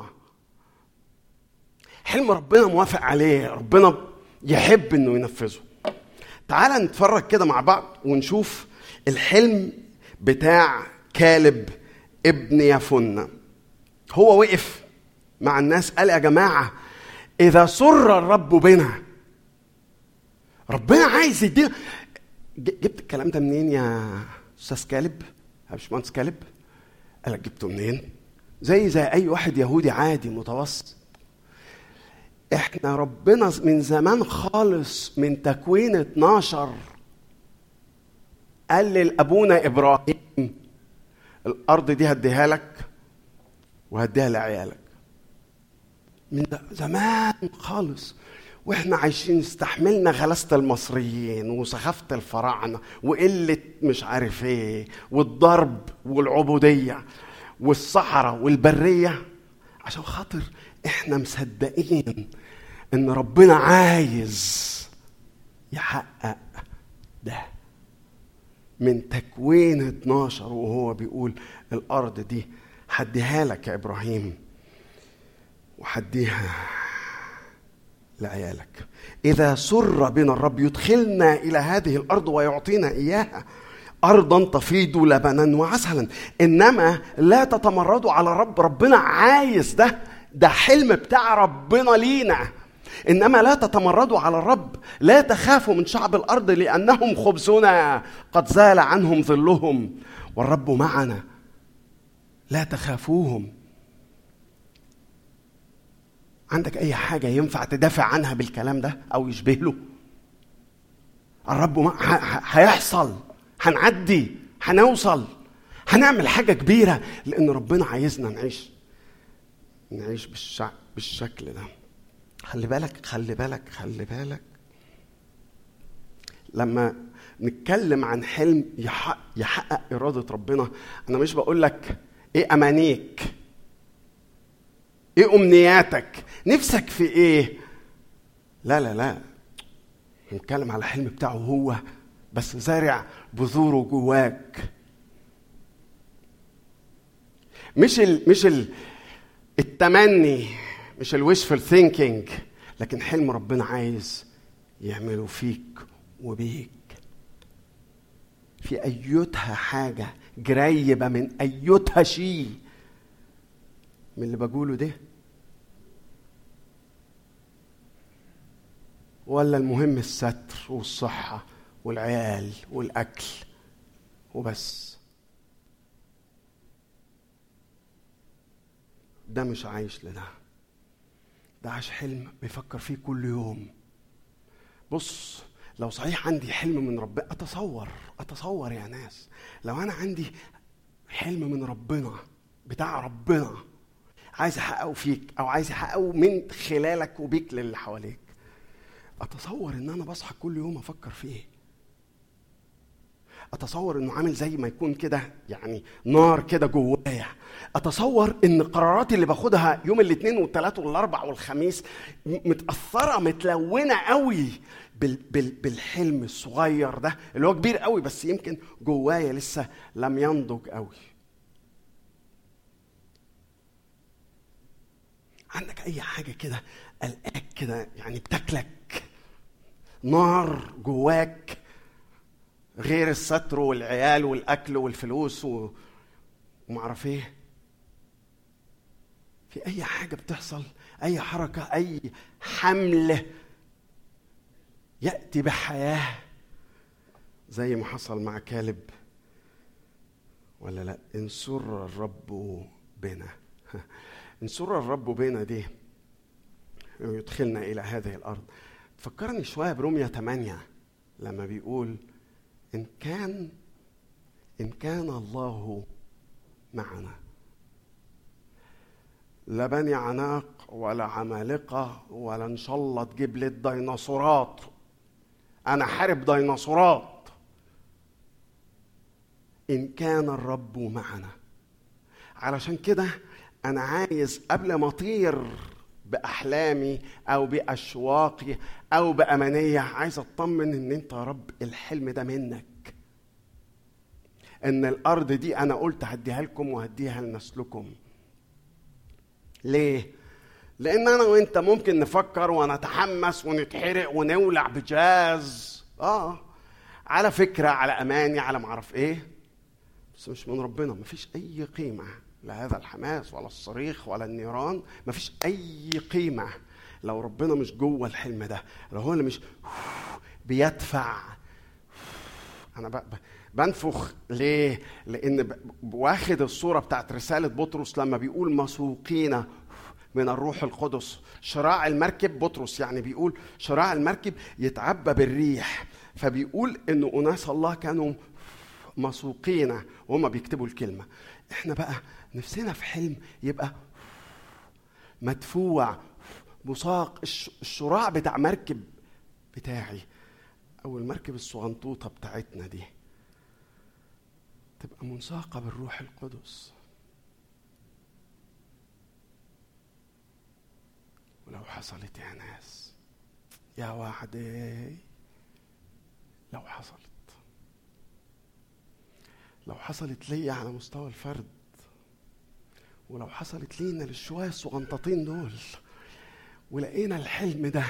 حلم ربنا موافق عليه، ربنا يحب إنه ينفذه. تعال نتفرج كده مع بعض ونشوف الحلم بتاع كالب ابن يفنة. هو وقف مع الناس قال يا جماعة إذا سر الرب بنا، ربنا عايز يدينا. جبت الكلام ده منين يا أستاذ كالب؟ يا باشمهندس كالب؟ قال لك جبته منين؟ زي أي واحد يهودي عادي متوسط. احنا ربنا من زمان خالص، من تكوين 12 قال لأبونا إبراهيم الأرض دي هديها لك وهديها لعيالك، من زمان خالص. واحنا عايشين استحملنا غلاسة المصريين وسخافة الفراعنة وقلة مش عارف ايه والضرب والعبودية والصحراء والبرية، عشان خاطر احنا مصدقين ان ربنا عايز يحقق ده. من تكوين 12 وهو بيقول الارض دي هديها لك يا ابراهيم وهديها لعيالك. إذا سر بنا الرب يدخلنا إلى هذه الأرض ويعطينا إياها، أرضا تفيض لبنا وعسلا. إنما لا تتمردوا على رب. ربنا عايز ده حلم بتاع ربنا لينا. إنما لا تتمردوا على الرب، لا تخافوا من شعب الأرض لأنهم خبزنا، قد زال عنهم ظلهم والرب معنا، لا تخافوهم. عندك أي حاجة ينفع تدافع عنها بالكلام ده أو يشبه له؟ الرب هيحصل، هنعدي، هنوصل، هنعمل حاجة كبيرة، لأن ربنا عايزنا نعيش بالشكل ده. خلي بالك لما نتكلم عن حلم يحقق إرادة ربنا، أنا مش بقول لك إيه أمانيك، إيه أمنياتك، نفسك في إيه. لا نتكلم على حلم بتاعه هو، بس زارع بذوره جواك. مش التمني، مش الويشفul thinking، لكن حلم ربنا عايز يعمله فيك وبيك. في أيتها حاجة قريبة من أيتها شيء من اللي بقوله ده، ولا المهم الستر والصحة والعيال والأكل وبس؟ ده مش عايش لده، ده عاش حلم بيفكر فيه كل يوم. بص، لو صحيح عندي حلم من ربنا، اتصور يا ناس، لو انا عندي حلم من ربنا بتاع ربنا عايز احققه فيك او عايز احققه من خلالك وبيك للي حواليك، اتصور ان انا بصحى كل يوم افكر فيه. اتصور انه عامل زي ما يكون كده يعني نار كده جوايا. اتصور ان قراراتي اللي باخدها يوم الاثنين والثلاث والاربع والخميس متاثره متلونه قوي بالحلم الصغير ده اللي هو كبير قوي بس يمكن جوايا لسه لم ينضج قوي. عندك اي حاجه كده قلقاك كده يعني بتاكلك نار جواك غير الستر والعيال والاكل والفلوس ومعرف ايه؟ في اي حاجه بتحصل، اي حركه، اي حمل ياتي بحياه زي ما حصل مع كالب ولا لا؟ ان سر الرب بنا ان سر الرب بنا دي يدخلنا الى هذه الارض. فكرني شويه برمية 8 لما بيقول إن كان الله معنا لا بني عناق ولا عمالقة ولا إن شاء الله تجيب لي الديناصورات، أنا حارب ديناصورات. إن كان الرب معنا. علشان كده أنا عايز قبل ما أطير بأحلامي أو بأشواقي أو بأمانية، عايز أطمن إن أنت يا رب الحلم ده منك، إن الأرض دي أنا قلت هديها لكم وهديها لنسلكم. ليه؟ لأن أنا وإنت ممكن نفكر ونتحمس ونتحرق ونولع بجاز على فكرة، على أماني، على معرف إيه، بس مش من ربنا. مفيش أي قيمة لهذا الحماس ولا الصريخ ولا النيران، مفيش أي قيمة لو ربنا مش جوه الحلم ده، لو هو اللي مش بيدفع. أنا بنفخ ليه؟ لأن واخد الصورة بتاعت رسالة بطرس لما بيقول مسوقين من الروح القدس. شراع المركب، بطرس يعني بيقول شراع المركب يتعبى بالريح، فبيقول إنه أناس الله كانوا مسوقين وهم بيكتبوا الكلمة. احنا بقى نفسنا في حلم يبقى مدفوع مساق، الشراع بتاع مركب بتاعي او المركب الصغنطوطة بتاعتنا دي تبقى منساقة بالروح القدس. ولو حصلت يا ناس يا وعدي، لو حصلت لي على مستوى الفرد، ولو حصلت لينا للشوية الصغنطتين دول، ولقينا الحلم ده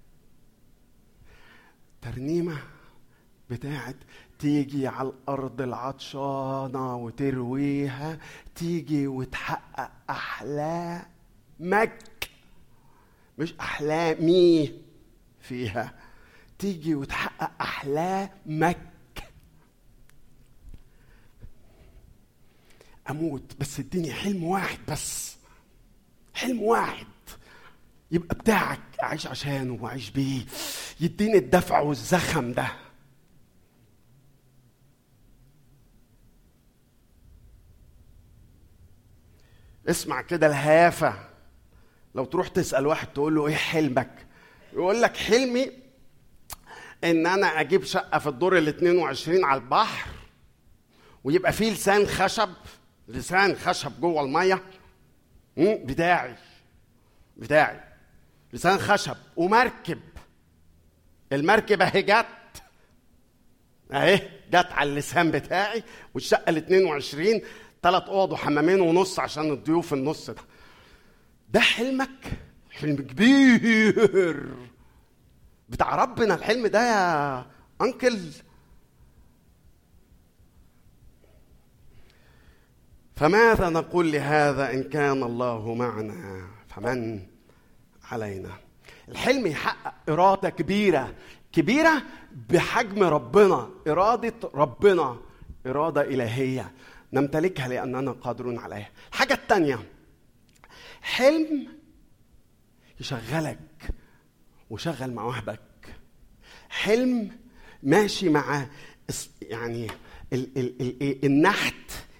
ترنيمة بتاعت تيجي على الأرض العطشانة وترويها، تيجي وتحقق أحلامك مش أحلامي فيها، تيجي وتحقق أحلامك. أموت بس اديني حلم واحد، بس حلم واحد يبقى بتاعك، أعيش عشانه وأعيش بيه، يديني الدفع والزخم ده. اسمع كده الهيافة، لو تروح تسأل واحد تقول له ايه حلمك، يقول لك حلمي ان انا اجيب شقة في الدور 22 على البحر، ويبقى فيه لسان خشب جوه المية بتاعي لسان خشب، ومركب، المركب اهي جت على اللسان بتاعي، والشقة 22 3 أوض وحمامين ونص عشان الضيوف النص ده حلمك؟ حلم كبير بتاع ربنا الحلم ده يا أنكل. فماذا نقول لهذا؟ إن كان الله معنا فمن علينا. الحلم يحقق إرادة كبيرة بحجم ربنا، إرادة ربنا، إرادة إلهية نمتلكها لأننا قادرون عليها. الحاجة الثانية، حلم يشغلك وشغل مواهبك. حلم ماشي مع يعني النحت،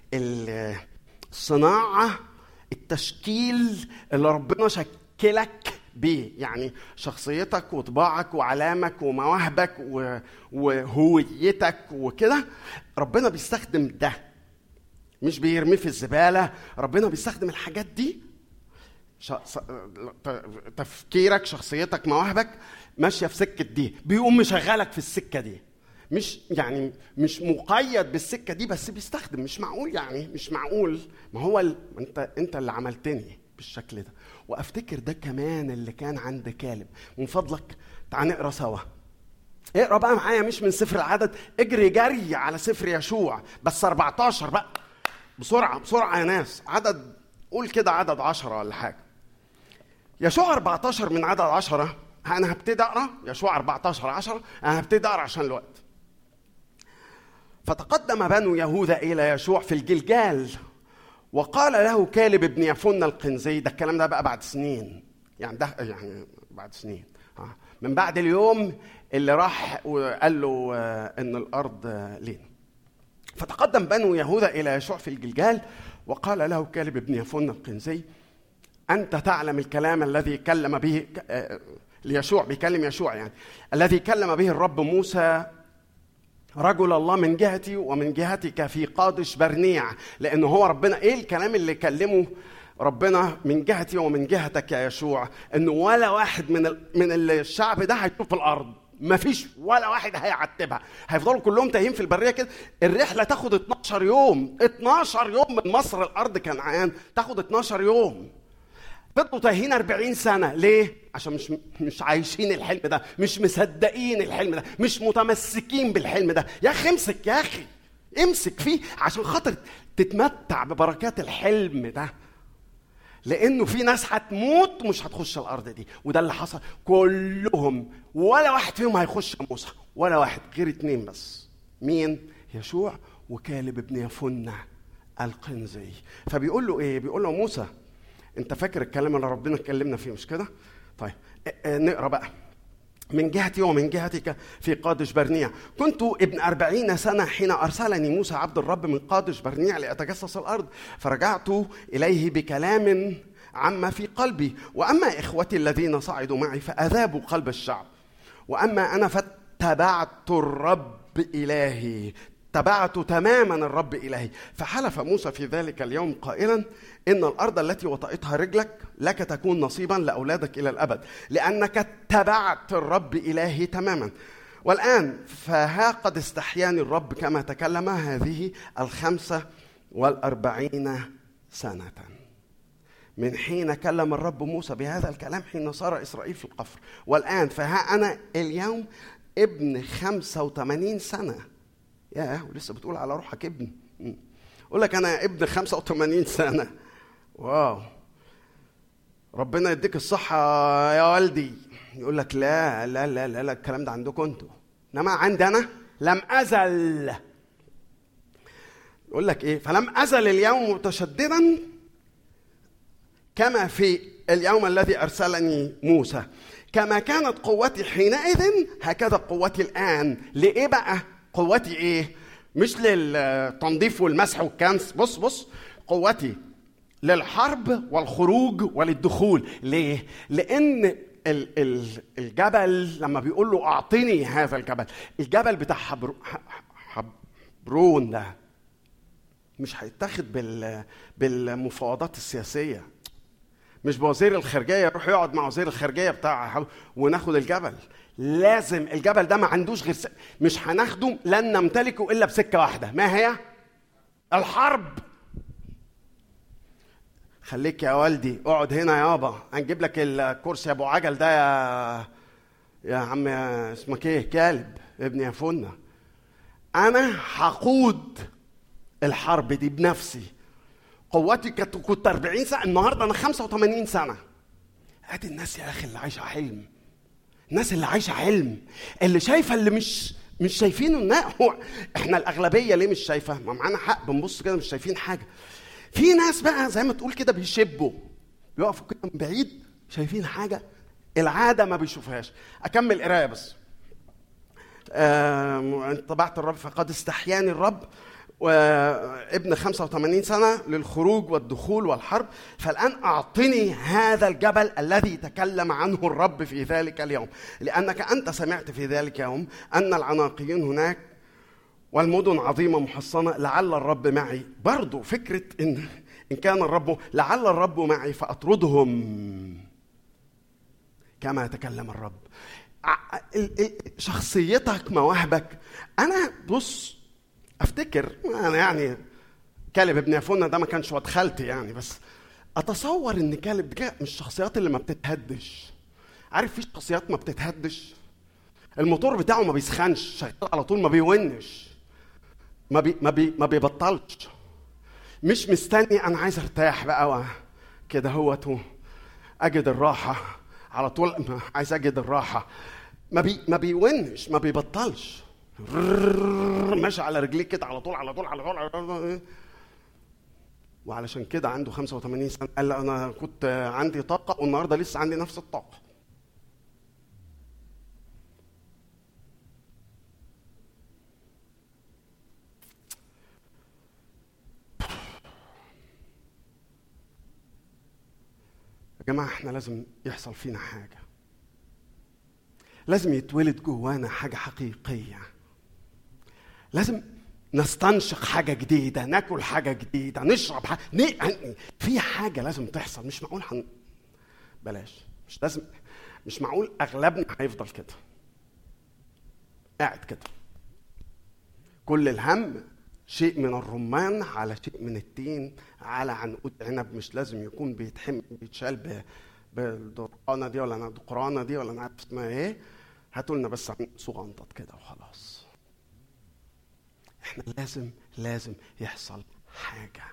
الصناعة، التشكيل اللي ربنا شكلك بيه، يعني شخصيتك وطباعك وعلامك ومواهبك وهويتك وكده. ربنا بيستخدم ده، مش بيرميه في الزبالة. ربنا بيستخدم الحاجات دي، تفكيرك، شخصيتك، مواهبك ماشية في سكة دي، بيقوم مشغلك في السكة دي. مش يعني مش مقيد بالسكة دي، بس بيستخدم. مش معقول يعني، مش معقول. ما هو انت اللي عملتني بالشكل ده. وافتكر ده كمان اللي كان عند كالب. من فضلك تعال نقرا سوا. اقرا بقى معايا، مش من سفر العدد، اجري جري على سفر يشوع، بس 14 بقى. بسرعة بسرعة يا ناس. عدد، قول كده عدد 10 ولا حاجة. يشوع 14 من عدد 10. أنا هبتدي أقرأ يشوع 14:10. أنا هبتدي أقرأ عشان الوقت. فتقدم بنو يهوذا إلى يشوع في الجلجال، وقال له كالب ابن يفن القنزي. ده الكلام ده بقى بعد سنين، يعني ده يعني بعد سنين، من بعد اليوم اللي راح وقال له إن الأرض لين. فتقدم بنو يهوذا إلى يشوع في الجلجال، وقال له كالب ابن يفن القنزي: أنت تعلم الكلام الذي كلم به ليشوع، بيكلم يشوع يعني، الذي كلم به الرب موسى رجل الله من جهتي ومن جهتك في قادش برنيع. لأنه هو ربنا. إيه الكلام اللي كلمه ربنا من جهتي ومن جهتك يا يشوع؟ إنه ولا واحد من الشعب ده هيشوف الأرض. ما فيش ولا واحد هيعتبها. هيفضلوا كلهم تايهين في البرية كده. الرحلة تاخد 12 يوم. 12 يوم من مصر الأرض كنعان تاخد 12 يوم. فضلوا تايهين 40 سنة. ليه؟ عشان مش عايشين الحلم ده، مش مصدقين الحلم ده، مش متمسكين بالحلم ده. يا أخي امسك، يا أخي امسك فيه عشان خاطر تتمتع ببركات الحلم ده. لأنه في ناس هتموت ومش هتخش الأرض دي. وده اللي حصل. كلهم ولا واحد فيهم هيخش موسى، ولا واحد، غير 2 بس. مين؟ يشوع وكالب ابن يفنة القنزي. فبيقول له إيه؟ بيقول له موسى، أنت فاكر الكلام اللي ربنا اتكلمنا فيه مش كده؟ طيب نقرأ بقى. من جهتي ومن جهتك في قادش برنيع، كنت ابن 40 سنة حين أرسلني موسى عبد الرب من قادش برنيع لأتجسس الأرض، فرجعت إليه بكلام عما في قلبي. وأما إخوتي الذين صعدوا معي فأذابوا قلب الشعب، وأما أنا فاتبعت الرب إلهي، تبعت تماما الرب إلهي. فحلف موسى في ذلك اليوم قائلا: إن الأرض التي وطئتها رجلك لك تكون نصيبا لأولادك إلى الأبد، لأنك اتبعت الرب إلهي تماما. والآن فها قد استحياني الرب كما تكلم هذه 45 سنة من حين كلم الرب موسى بهذا الكلام حين صار إسرائيل في القفر. والآن فها أنا اليوم ابن 85 سنة. يا ولسه بتقول على روحك ابن. أقول لك أنا ابن 85 سنة. واو، ربنا يديك الصحة يا والدي. يقول لك لا لا لا لا, لا الكلام ده عندكم انتوا، انما عندي أنا لم أزل. يقول لك إيه؟ فلم أزل اليوم متشددا كما في اليوم الذي أرسلني موسى، كما كانت قوتي حينئذ هكذا قوتي الآن. لإيه بقى قوتي؟ إيه؟ مش للتنظيف والمسح والكنس. بص قوتي للحرب والخروج وللدخول. ليه؟ لأن الجبل لما بيقول له أعطني هذا الجبل، الجبل بتاع حبرون ده مش هيتاخد بالمفاوضات السياسية. مش بوزير الخارجية يروح يقعد مع وزير الخارجية بتاع وناخد الجبل. لازم الجبل ده ما عندوش غير مش هناخده، لن نمتلكه إلا بسكة واحدة. ما هي؟ الحرب. خليك يا والدي اقعد هنا يابا، هنجيب لك الكرسي ابو عجل ده يا عم اسمك ايه؟ كالب ابن يفنة. انا هقود الحرب دي بنفسي. قوتي كنت 40 سنة، النهارده انا 85 سنة. ادي الناس يا اخي اللي عايشه حلم. الناس اللي عايشه حلم، اللي شايفه اللي مش شايفينه. احنا الاغلبيه ليه مش شايفه؟ ما معانا حق، بنبص كده مش شايفين حاجه. في ناس بقى زي ما تقول كده بيشبوا، بيقفوا كده من بعيد شايفين حاجة العادة ما بيشوفهاش. أكمل قراية بس. طبعت الرب فقد استحياني الرب، وابن 85 سنة للخروج والدخول والحرب، فالآن أعطني هذا الجبل الذي تكلم عنه الرب في ذلك اليوم، لأنك أنت سمعت في ذلك اليوم أن العناقيين هناك والمدن عظيمة محصنة، لعل الرب معي. برضو فكرة إن كان الرب، لعل الرب معي فأطردهم كما يتكلم الرب. شخصيتك، مواهبك. أنا بص أفتكر أنا يعني كالب ابن يفونة ده ما كانش واد خالتي يعني، بس أتصور إن كالب ده مش الشخصيات اللي ما بتتهدش. عارف في شخصيات ما بتتهدش، الموتور بتاعه ما بيسخنش، شغال على طول، ما بيونش، ما بيبطلش، مش مستني أنا عايز أرتاح بقى كده هو أجد الراحة على طول، عايز أجد الراحة، ما بيونش، ما بيبطلش، ماشي على رجليك كده على طول على طول على طول على طول. وعلشان كده عنده 85 سنة قال أنا كنت عندي طاقة والنهاردة لسه عندي نفس الطاقة. يا جماعة احنا لازم يحصل فينا حاجة، لازم يتولد جوانا حاجة حقيقية، لازم نستنشق حاجة جديدة، ناكل حاجة جديدة، نشرب حاجة، في حاجة لازم تحصل. مش معقول بلاش، مش لازم، مش معقول أغلبنا هيفضل كده قاعد كده كل الهم شيء من الرمان على شيء من التين على عنقود عنب. مش لازم يكون بيتشال بالدقرانة دي ولا الدقرانة دي ولا أنا عارف اسمها ايه، هاتوا لنا بس صغنطط كده وخلاص. احنا لازم يحصل حاجة،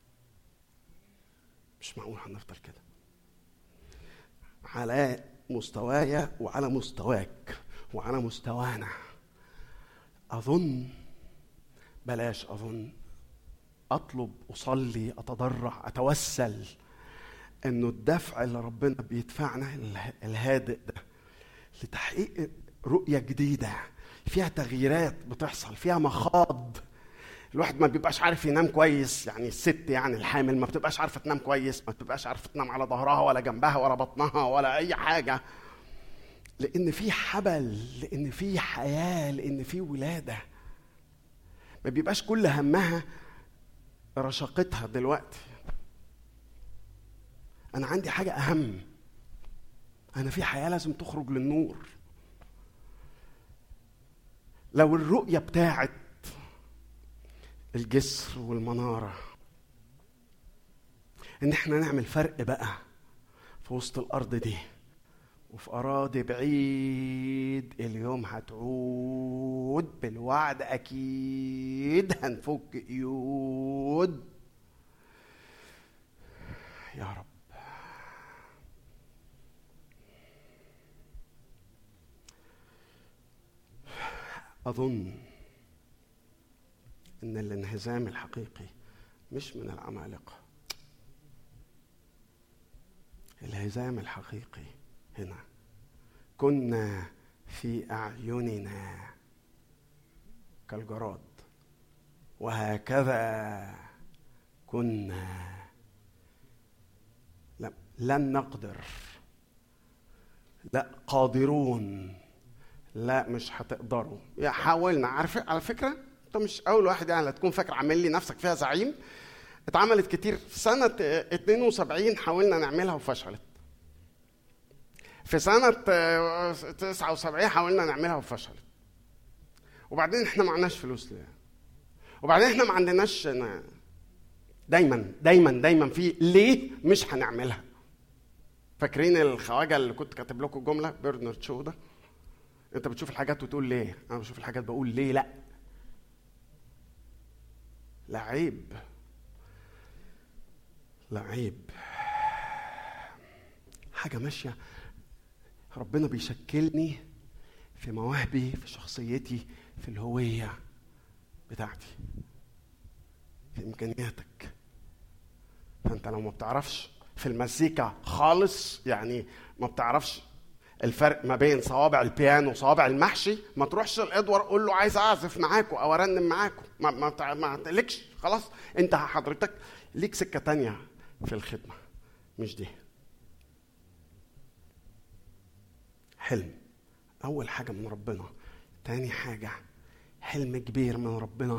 مش معقول هنفضل كده على مستوايا وعلى مستواك وعلى مستوانا. بلاش أظن، أطلب، أصلي، أتضرع، أتوسل إنه الدفع اللي ربنا بيدفعنا الهادئ ده لتحقيق رؤية جديدة فيها تغييرات بتحصل، فيها مخاض. الواحد ما بيبقاش عارف ينام كويس، يعني الست يعني الحامل ما بتبقاش عارفة تنام كويس، ما بتبقاش عارفة تنام على ظهرها ولا جنبها ولا بطنها ولا أي حاجة، لأن في حبل، لأن في حياة، لأن في ولادة. ما بيبقاش كل همها رشاقتها دلوقتي. أنا عندي حاجة أهم، أنا في حياة لازم تخرج للنور. لو الرؤية بتاعت الجسر والمنارة إن احنا نعمل فرق بقى في وسط الأرض دي وفي أراضي بعيد، اليوم هتعود بالوعد، أكيد هنفك قيود يا رب. أظن إن الانهزام الحقيقي مش من العمالقة، الانهزام الحقيقي هنا كنا في أعيننا كالجراد وهكذا كنا لن نقدر، لا قادرون، لا مش هتقدروا. يا حاولنا، عارف على فكرة انت مش اول واحد يعني تكون فاكر عامل لي نفسك فيها زعيم. اتعملت كتير في سنة 72 حاولنا نعملها وفشلت، في سنة 79 حاولنا نعملها وفشلت، وبعدين احنا ما عندناش فلوس ليه، وبعدين احنا ما عندناش، دايما دايما دايما في ليه مش هنعملها. فاكرين الخواجة اللي كنت كاتب لكم الجملة برنارد شو ده؟ انت بتشوف الحاجات وتقول ليه، انا بشوف الحاجات بقول ليه لا. لا عيب، لا عيب. حاجة ماشية، ربنا بيشكلني في مواهبي، في شخصيتي، في الهوية بتاعتي، في إمكانياتك. فأنت لو ما بتعرفش في المزيكا خالص، يعني ما بتعرفش الفرق ما بين صوابع البيانو وصوابع المحشي، ما تروحش الادوار قول له عايز اعزف معاكم او ارنم معاكم، ما تقلقش خلاص. انت حضرتك ليك سكه تانية في الخدمه مش دي. حلم اول حاجه من ربنا. تاني حاجه حلم كبير من ربنا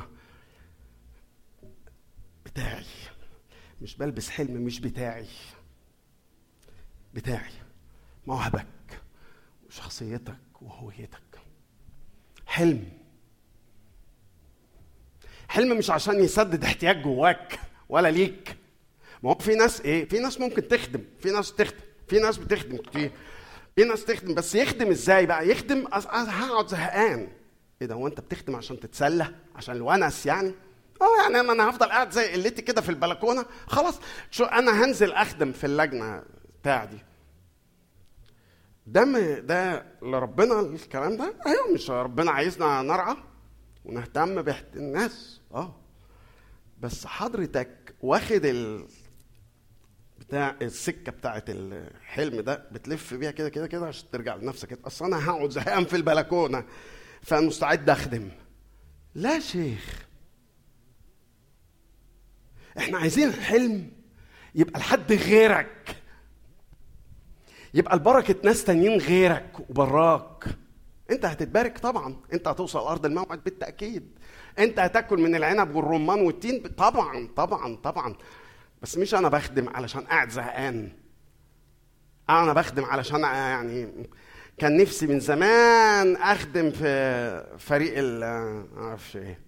بتاعي. مش بلبس حلم مش بتاعي، بتاعي موهبك وشخصيتك وهويتك. حلم مش عشان يسدد احتياج جواك ولا ليك. ما هو في ناس في ناس ممكن تخدم، في ناس بتخدم كتير، في ناس تخدم، بس يخدم ازاي بقى؟ يخدم هقعد زهقان. ايه ده، هو انت بتخدم عشان تتسلى، عشان الونس يعني؟ يعني انا هفضل قاعد زي قلتي كده في البلكونه خلاص؟ شو انا هنزل اخدم في اللجنه بتاعتي ده لربنا الكلام ده؟ ايوه، مش ربنا عايزنا نرعى ونهتم بالناس؟ بس حضرتك واخد بتاع السكه بتاعت الحلم ده بتلف بيها كده كده كده عشان ترجع لنفسك كده. اصل انا هقعد زهقان في البلكونه فمستعد اخدم. لا شيخ، احنا عايزين الحلم يبقى لحد غيرك، يبقى البركه ناس تانيين غيرك وبراك. انت هتتبارك طبعا، انت هتوصل ارض الموعد بالتاكيد، انت هتاكل من العنب والرمان والتين طبعا طبعا طبعا. بس مش انا بخدم علشان قاعد زهقان، انا بخدم علشان يعني كان نفسي من زمان اخدم في فريق معرفش ايه.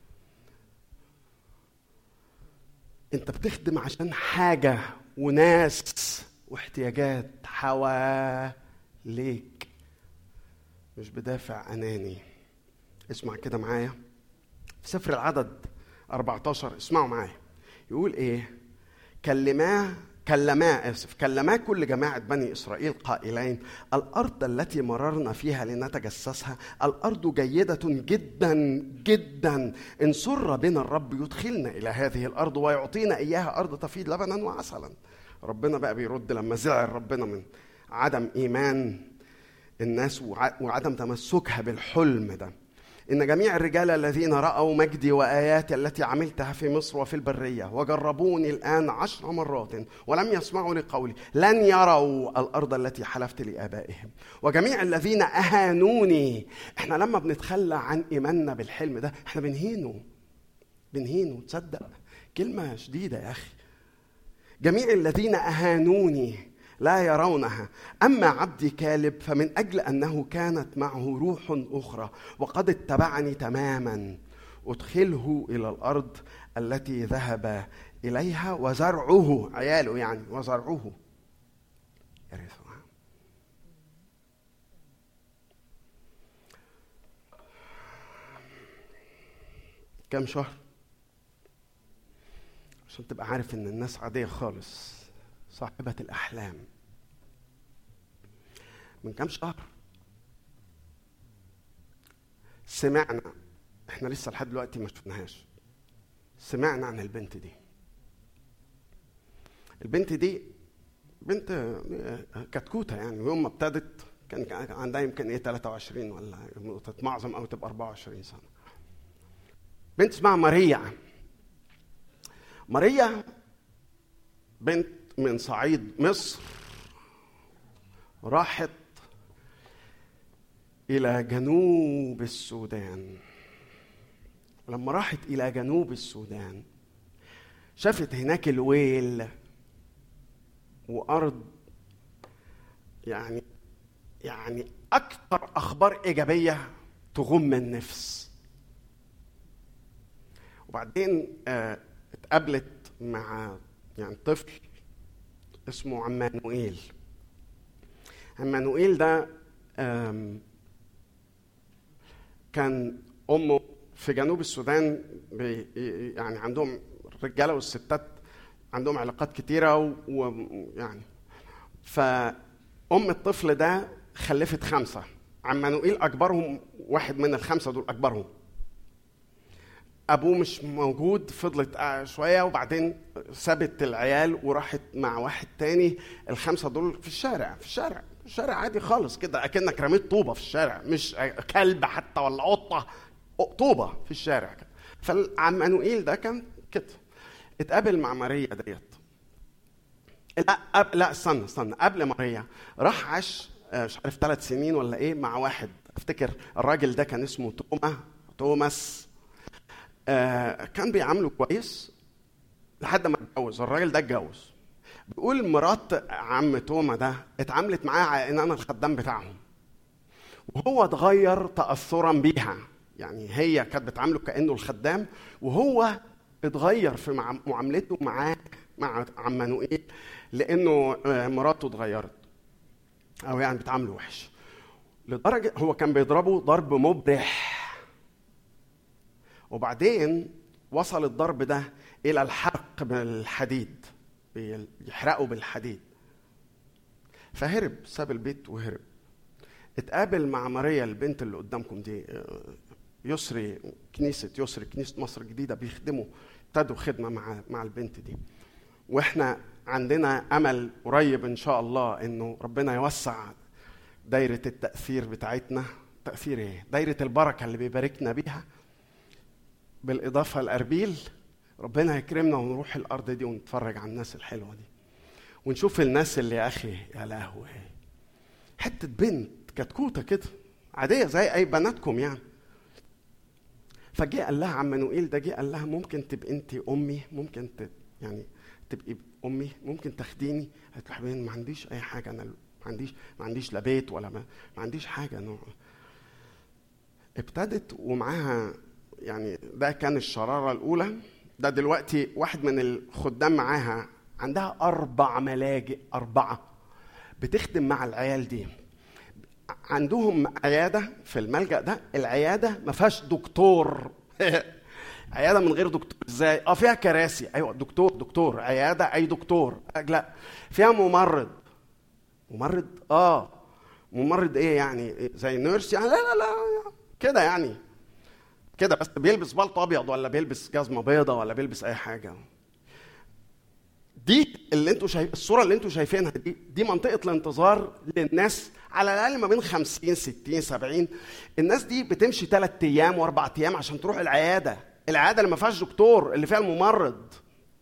انت بتخدم عشان حاجه وناس واحتياجات حواليك، مش بدافع اناني. اسمع كده معايا في سفر العدد 14، اسمعوا معايا يقول ايه. كلما كل جماعة بني إسرائيل قائلين الأرض التي مررنا فيها لنتجسسها الأرض جيدة جدا جدا، إن سر بنا الرب يدخلنا إلى هذه الأرض ويعطينا إياها أرض تفيض لبنا وعسلا. ربنا بقى بيرد لما زعل ربنا من عدم إيمان الناس وعدم تمسكها بالحلم ده. إن جميع الرجال الذين رأوا مجدي وآياتي التي عملتها في مصر وفي البرية وجربوني الآن 10 مرات ولم يسمعوا لقولي لن يروا الأرض التي حلفت لآبائهم. وجميع الذين أهانوني. إحنا لما بنتخلى عن إيماننا بالحلم ده إحنا بنهينه. تصدق كلمة شديدة يا أخي. جميع الذين أهانوني لا يرونها، أما عبدي كالب فمن أجل أنه كانت معه روح أخرى وقد اتبعني تماما أدخله إلى الأرض التي ذهب إليها وزرعه، عياله يعني، وزرعه يرثها. كم شهر عشان تبقى عارف إن الناس عادية خالص، صاحبة الأحلام. من كم شهر سمعنا، احنا لسه لحد دلوقتي ما شفناهاش، سمعنا عن البنت دي. البنت دي بنت كتكوتة يعني، يوم ما ابتدت كان عندها يمكن 23 ولا تتمعظم او تبقى 24 سنة. بنت اسمها ماريا بنت من صعيد مصر، راحت إلى جنوب السودان. لما راحت إلى جنوب السودان شافت هناك الويل وأرض يعني أكثر أخبار إيجابية تغم النفس. وبعدين اتقابلت مع طفل اسمه عمانوئيل ده كان أمه في جنوب السودان يعني عندهم الرجالة والستات عندهم علاقات كتيرة ويعني فأم الطفل ده خلفت 5. عمانوئيل أكبرهم، واحد من ال5 دول أكبرهم. ابوه مش موجود، فضلت شويه وبعدين سابت العيال وراحت مع واحد تاني. الخمسه دول في الشارع عادي خالص كده، اكنك رميت طوبه في الشارع، مش كلب حتى ولا قطه، طوبه في الشارع كده. فالعمانوئيل ده كان كده، اتقابل مع ماريا ديت. لا استنى قبل ماريا راح عاش مش عارف 3 سنين ولا ايه مع واحد، افتكر الراجل ده كان اسمه توماس. كان بيعامله كويس لحد ما اتجوز. الراجل ده اتجوز. بيقول مرات عم توما ده اتعاملت معاه على ان انا الخدام بتاعهم، وهو اتغير تأثرا بيها. يعني هي كانت بتعامله كأنه الخدام، وهو اتغير في معاملته مع عمانوئيل لانه مراته اتغيرت، او يعني بتعامله وحش، لدرجه هو كان بيضربه ضرب مبرح. وبعدين وصل الضرب ده الى الحرق بالحديد، يحرقه بالحديد. فهرب، ساب البيت وهرب. اتقابل مع ماريا البنت اللي قدامكم دي، يسري، كنيسه مصر الجديده، بيخدموا، ابتدوا خدمه مع البنت دي. واحنا عندنا امل قريب ان شاء الله انه ربنا يوسع دايره التاثير بتاعتنا. تاثير ايه؟ دايره البركه اللي بيباركنا بيها، بالاضافه لاربيل. ربنا يكرمنا ونروح الارض دي ونتفرج على الناس الحلوه دي، ونشوف الناس اللي يا اخي يا لهوي، حته بنت كتكوته كده عاديه زي اي بناتكم يعني. فجاء قال لها عمانوئيل ده، جه قال لها ممكن تبقي انت امي، ممكن يعني تبقي امي، ممكن تاخديني. قالت له حبيبي ما عنديش اي حاجه، انا ما عنديش لا بيت ولا ما عنديش حاجه. نوع ابتدت ومعاها، يعني ده كان الشراره الاولى. ده دلوقتي واحد من الخدام معاها عندها 4 ملاجئ، 4 بتخدم مع العيال دي. عندهم عياده في الملجأ ده، العياده ما فيهاش دكتور. عياده من غير دكتور ازاي؟ فيها كراسي، ايوه دكتور عياده، اي دكتور. لا، فيها ممرض. ممرض ايه يعني؟ زي نيرس يعني؟ لا كده يعني كده، بس بيلبس بلطو ابيض ولا بيلبس جزمه بيضه ولا بيلبس اي حاجه. دي اللي انتوا الصوره اللي انتوا شايفينها دي منطقه الانتظار للناس على الاقل ما بين 50 60 70. الناس دي بتمشي 3 ايام و4 ايام عشان تروح العياده اللي ما فيهاش دكتور، اللي فيها الممرض.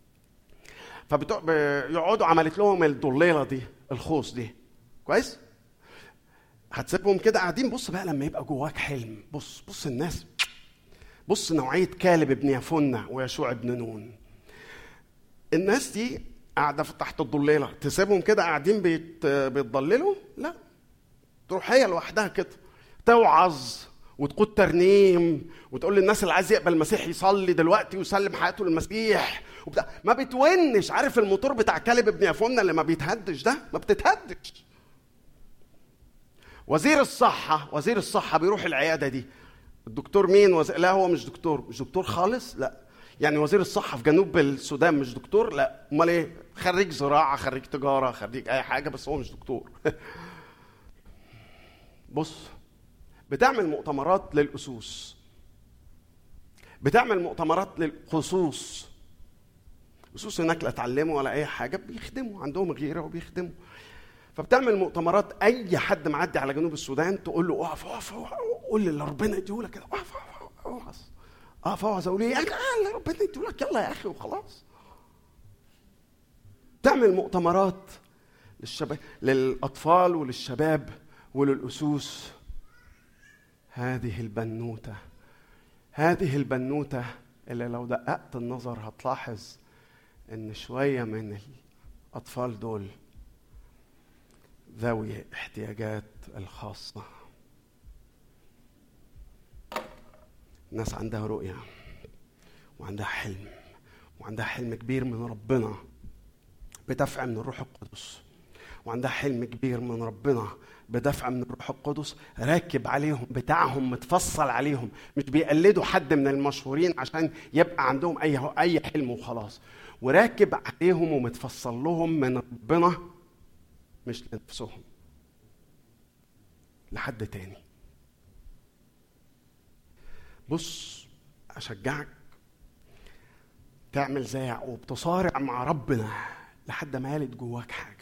فبيقعدوا، عملت لهم الضليله دي، الخوص دي، كويس. هتسيبهم كده قاعدين. بص بقى لما يبقى جواك حلم، بص الناس، بص نوعيه كالب ابن يفنة ويشوع ابن نون. الناس دي قاعده تحت الضليله، تسيبهم كده قاعدين بيتضللوا؟ لا، تروح هي لوحدها كده توعظ وتقود ترنيم وتقول للناس اللي عايز يقبل المسيح يصلي دلوقتي ويسلم حياته للمسيح وبتاع. ما بتونش. عارف الموتور بتاع كالب ابن يفنة اللي ما بيتهدش ده؟ ما بتتهدش. وزير الصحة بيروح العيادة دي. الدكتور مين؟ لا، هو مش دكتور خالص. لا، يعني وزير الصحة في جنوب السودان مش دكتور؟ لا، امال ايه؟ خريج زراعة، خريج تجارة، خريج اي حاجة، بس هو مش دكتور. بص، بتعمل مؤتمرات للأسوس، بتعمل مؤتمرات للخصوص. أسوس هناك لا تعلموا ولا اي حاجة، بيخدموا، عندهم غيرة وبيخدموا. فبتعمل مؤتمرات، اي حد معدي على جنوب السودان تقول له اقف قول اللي ربنا يديهولك كده، اقف اقول ايه؟ اللي ربنا يديهولك، يلا يا اخي وخلاص. تعمل مؤتمرات للشباب، للاطفال وللشباب وللأسوس. هذه البنوتة اللي لو دققت النظر هتلاحظ ان شوية من الاطفال دول ذوي احتياجات الخاصة. الناس عندها رؤية وعندها حلم كبير من ربنا بدفع من الروح القدس، وعندها حلم كبير من ربنا بدفع من الروح القدس راكب عليهم، بتاعهم متفصل عليهم. مش بيقلدوا حد من المشهورين عشان يبقى عندهم اي حلم وخلاص، وراكب عليهم ومتفصل لهم من ربنا، مش لنفسهم، لحد تاني. بص، أشجعك تعمل زي يعقوب، تصارع مع ربنا لحد ما يلد جواك حاجة.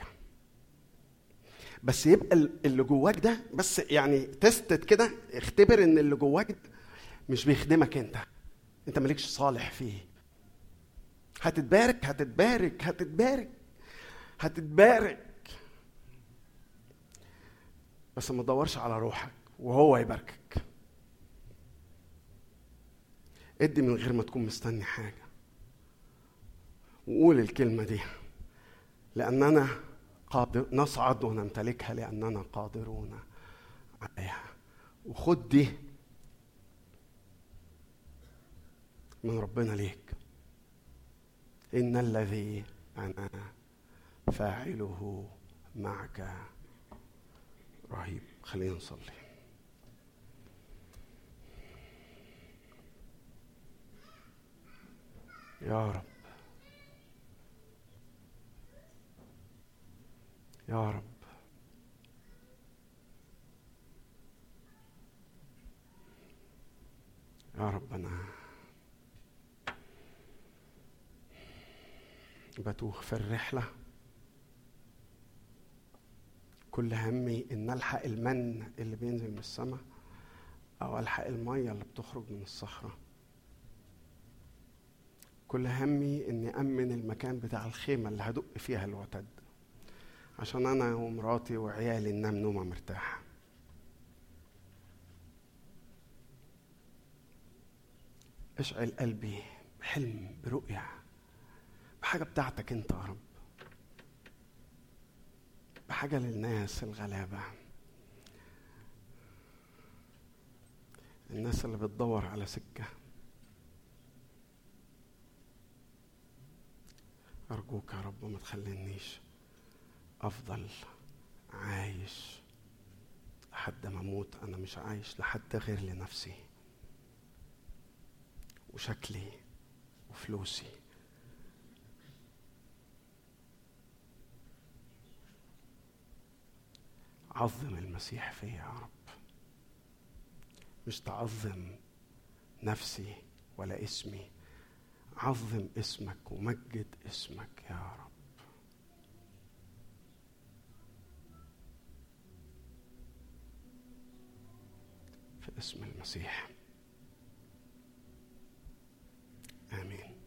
بس يبقى اللي جواك ده بس يعني تستت كده، اختبر ان اللي جواك مش بيخدمك انت مالكش صالح فيه. هتتبارك هتتبارك هتتبارك هتتبارك، بس ما تدورش على روحك وهو يباركك. ادي من غير ما تكون مستني حاجة، وقول الكلمة دي: لأننا قادر نصعد ونمتلكها لأننا قادرون عليها. وخد دي من ربنا ليك: إن الذي أنا فاعله معك رهيب. خلينا نصلي. يا رب، يا رب، يا رب، أنا بتوه في الرحلة، كل همي إن ألحق المن اللي بينزل من السماء أو ألحق المية اللي بتخرج من الصخرة. كل همي إني أمن المكان بتاع الخيمة اللي هدق فيها الوتد، عشان أنا ومراتي وعيالي ننام نومة مرتاحة. اشعل قلبي بحلم، برؤية، بحاجة بتاعتك انت يا رب، بحاجة للناس الغلابة، الناس اللي بتدور على سكة. أرجوك يا رب ما تخلينيش أفضل عايش لحد ما أموت أنا مش عايش لحد غير لنفسي وشكلي وفلوسي. عظم المسيح فيا يا رب، مش تعظم نفسي ولا اسمي، عظم اسمك ومجد اسمك يا رب. في اسم المسيح، آمين.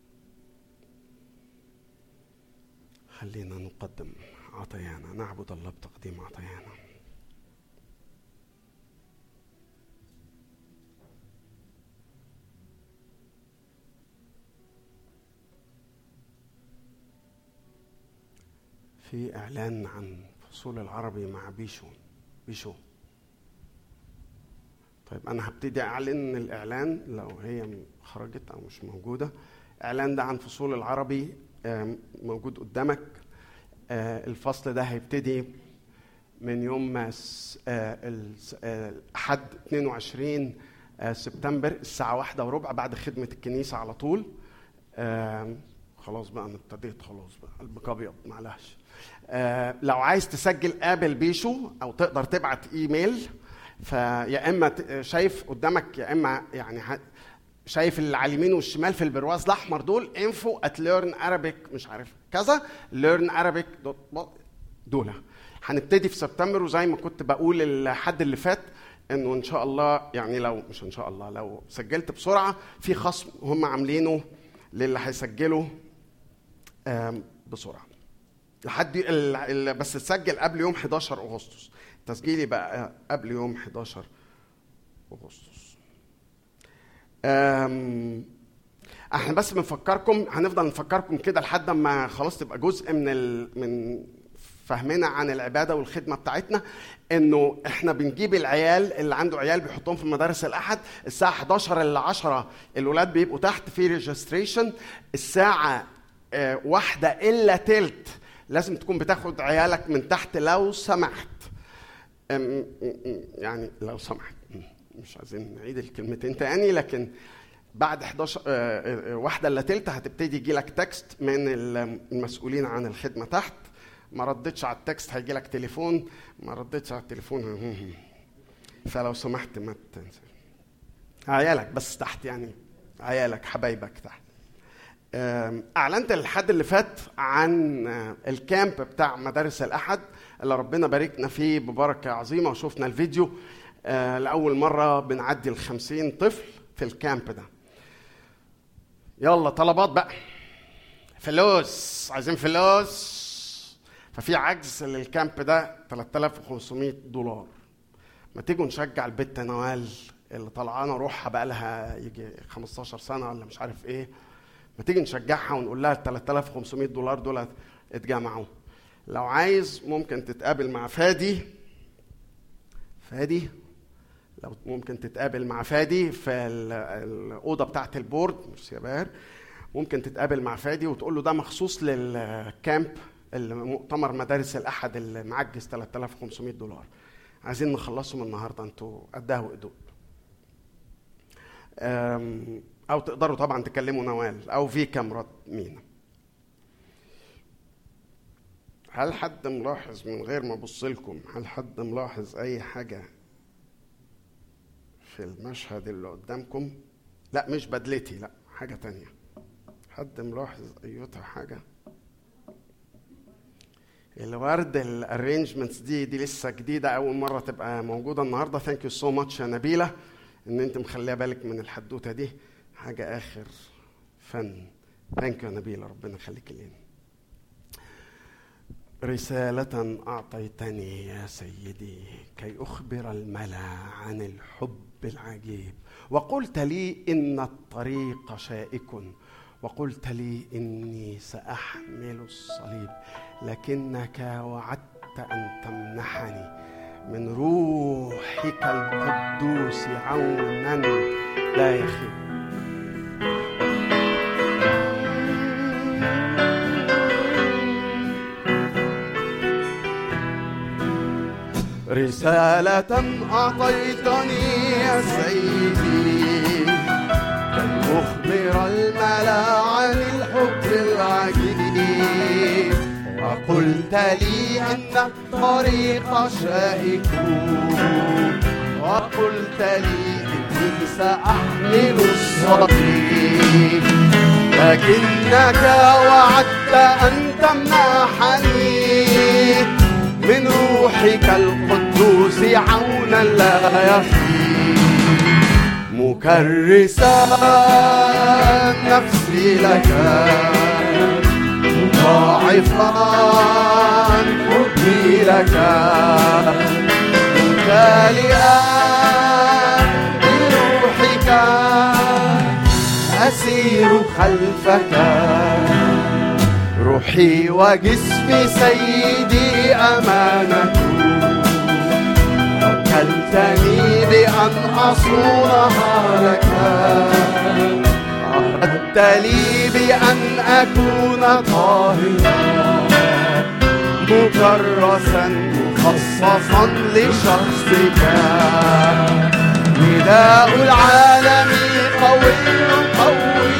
خلينا نقدم عطايانا، نعبد الله بتقديم عطايانا. في إعلان عن فصول العربي مع بيشو. طيب أنا هبتدي أعلن الإعلان لو هي خرجت أو مش موجودة. إعلان ده عن فصول العربي موجود قدامك. الفصل ده هيبتدي من يوم الأحد 22 سبتمبر الساعة 1:15 بعد خدمة الكنيسة على طول. خلاص بقى أنا ابتديت، خلاص بقى قلبك أبيض معلش. لو عايز تسجل قابل بيشو أو تقدر تبعت إيميل، فيا إما شايف قدامك يا إما يعني شايف اللي على اليمين والشمال في البرواز الأحمر دول info@learnarabic مش عارف كذا learnarabic دول. هنبتدي في سبتمبر، وزي ما كنت بقول الحد اللي فات إنه إن شاء الله يعني لو مش إن شاء الله لو سجلت بسرعة في خصم هم عاملينه للي هيسجلوا بسرعة لحد بس تسجل قبل يوم 11 أغسطس. تسجيلي بقى قبل يوم 11 أغسطس. احنا بس بنفكركم، هنفضل نفكركم كده لحد ما خلاص تبقى جزء من فهمنا عن العبادة والخدمة بتاعتنا، انه احنا بنجيب العيال اللي عنده عيال بيحطهم في مدارس الأحد الساعة 11 ل 10 الولاد بيبقوا تحت في ريجستريشن. الساعة 1:15 لازم تكون بتاخد عيالك من تحت لو سمحت. يعني لو سمحت، مش عايزين نعيد الكلمتين تاني، لكن بعد 1:15 هتبتدي يجيلك تكست من المسؤولين عن الخدمة تحت. ما ردتش على التكست هيجي لك تليفون، ما ردتش على التليفون فلو سمحت ما تنسى عيالك بس تحت، يعني عيالك حبايبك تحت. اعلنت الحد اللي فات عن الكامب بتاع مدارس الأحد اللي ربنا باركنا فيه ببركة عظيمة، وشوفنا الفيديو لأول مرة بنعدي 50 طفل في الكامب ده. يلا طلبات بقى، فلوس، عايزين فلوس. ففي عجز للكامب ده $3500. ما تيجوا نشجع البت نوال اللي طلعانه روحها بقى لها يجي 15 سنه ولا مش عارف ايه، ما تيجي نشجعها ونقول لها $3500 دول اتجمعوا. لو عايز ممكن تتقابل مع فادي، لو ممكن تتقابل مع فادي في الأوضة بتاعة البورد، مش يا ممكن تتقابل مع فادي وتقول له ده مخصوص للكامب المؤتمر مدارس الأحد اللي معجز $3500. عايزين نخلصهم النهاردة، انتوا قدها وقدود. أو تقدروا طبعا تكلموا نوال أو في كاميرات مينا. هل حد ملاحظ من غير ما أبص لكم، هل حد ملاحظ أي حاجة في المشهد اللي قدامكم؟ لا مش بدلتي، لا حاجة تانية. حد ملاحظ أيوتها حاجة؟ الورد الارينجمنتس دي لسه جديدة، أول مرة تبقى موجودة النهاردة. ثانك يو سو ماتش يا نبيلة إن أنت مخليها بالك من الحدوتة دي، حاجة آخر فن. ثانك يو يا نبيلة، ربنا يخليك لنا. رسالة أعطيتني يا سيدي كي أخبر الملا عن الحب العجيب، وقلت لي إن الطريق شائك، وقلت لي إني سأحمل الصليب، لكنك وعدت أن تمنحني من روحك القدوس عونا لا يخيب. رسالة أعطيتني يا سيدي كي أخبر الملا عن الحب العجيب، وقلت لي أن الطريق شائك، وقلت لي إني سأحمل الصليب، لكنك وعدت أن تمنحني من روحك القدوس عونا لا يخيب، مكرسا نفسي لك، مضاعفا حبي لك، ممتلئا بروحك أسير خلفك، روحي وجسمي سيدي أمانة، وكلتني بأن أصونها لك، أردت لي بأن أكون طاهرا مكرسا مخصصا لشخصك، نداء العالم قوي قوي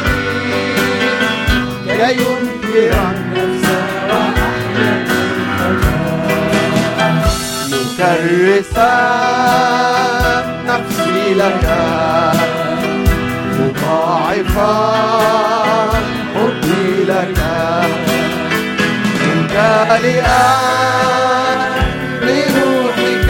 كي ينكر النفس وأحيا مكرسا نفسي لك، مضاعفا حبي لك، ممتلئا بروحك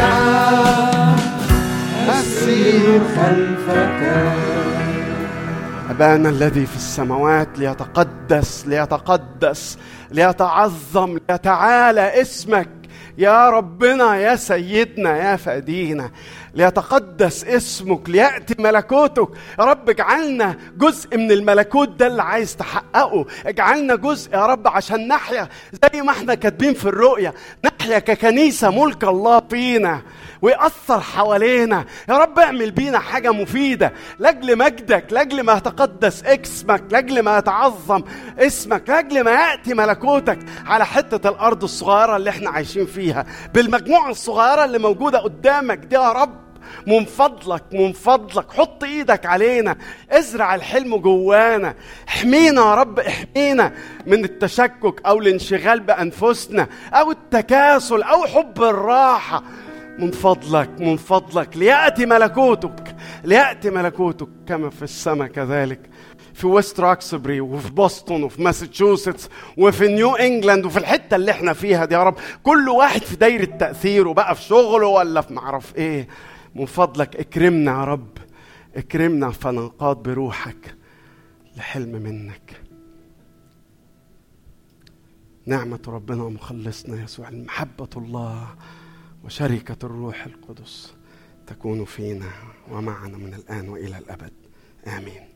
أسير خلفك. أبانا الذي في السماوات ليتقدس ليتقدس ليتعظم ليتعالى اسمك يا ربنا يا سيدنا يا فادينا، ليتقدس اسمك ليأتي ملكوتك. يا رب اجعلنا جزء من الملكوت ده اللي عايز تحققه، اجعلنا جزء يا رب عشان نحيا زي ما احنا كاتبين في الرؤية، نحيا ككنيسة ملك الله فينا ويأثر حوالينا. يا رب اعمل بينا حاجة مفيدة لأجل مجدك، لأجل ما يتقدس اسمك، لأجل ما يتعظم اسمك، لأجل ما يأتي ملكوتك على حتة الأرض الصغيرة اللي احنا عايشين فيها، بالمجموعة الصغيرة اللي موجودة قدامك دي. يا رب من فضلك حط ايدك علينا، ازرع الحلم جوانا، احمينا يا رب، احمينا من التشكك او الانشغال بانفسنا او التكاسل او حب الراحة. من فضلك ليأتي ملكوتك كما في السماء كذلك في ويست روكسبري وفي بوسطن وفي ماساتشوستس وفي نيو انجلاند وفي الحتة اللي احنا فيها دي يا رب، كل واحد في دايرة تأثيره بقى، في شغله ولا في معرف ايه. من فضلك اكرمنا يا رب، اكرمنا فننقاد بروحك لحلم منك. نعمة ربنا ومخلصنا يسوع، محبة الله وشركة الروح القدس تكون فينا ومعنا من الآن وإلى الأبد. آمين.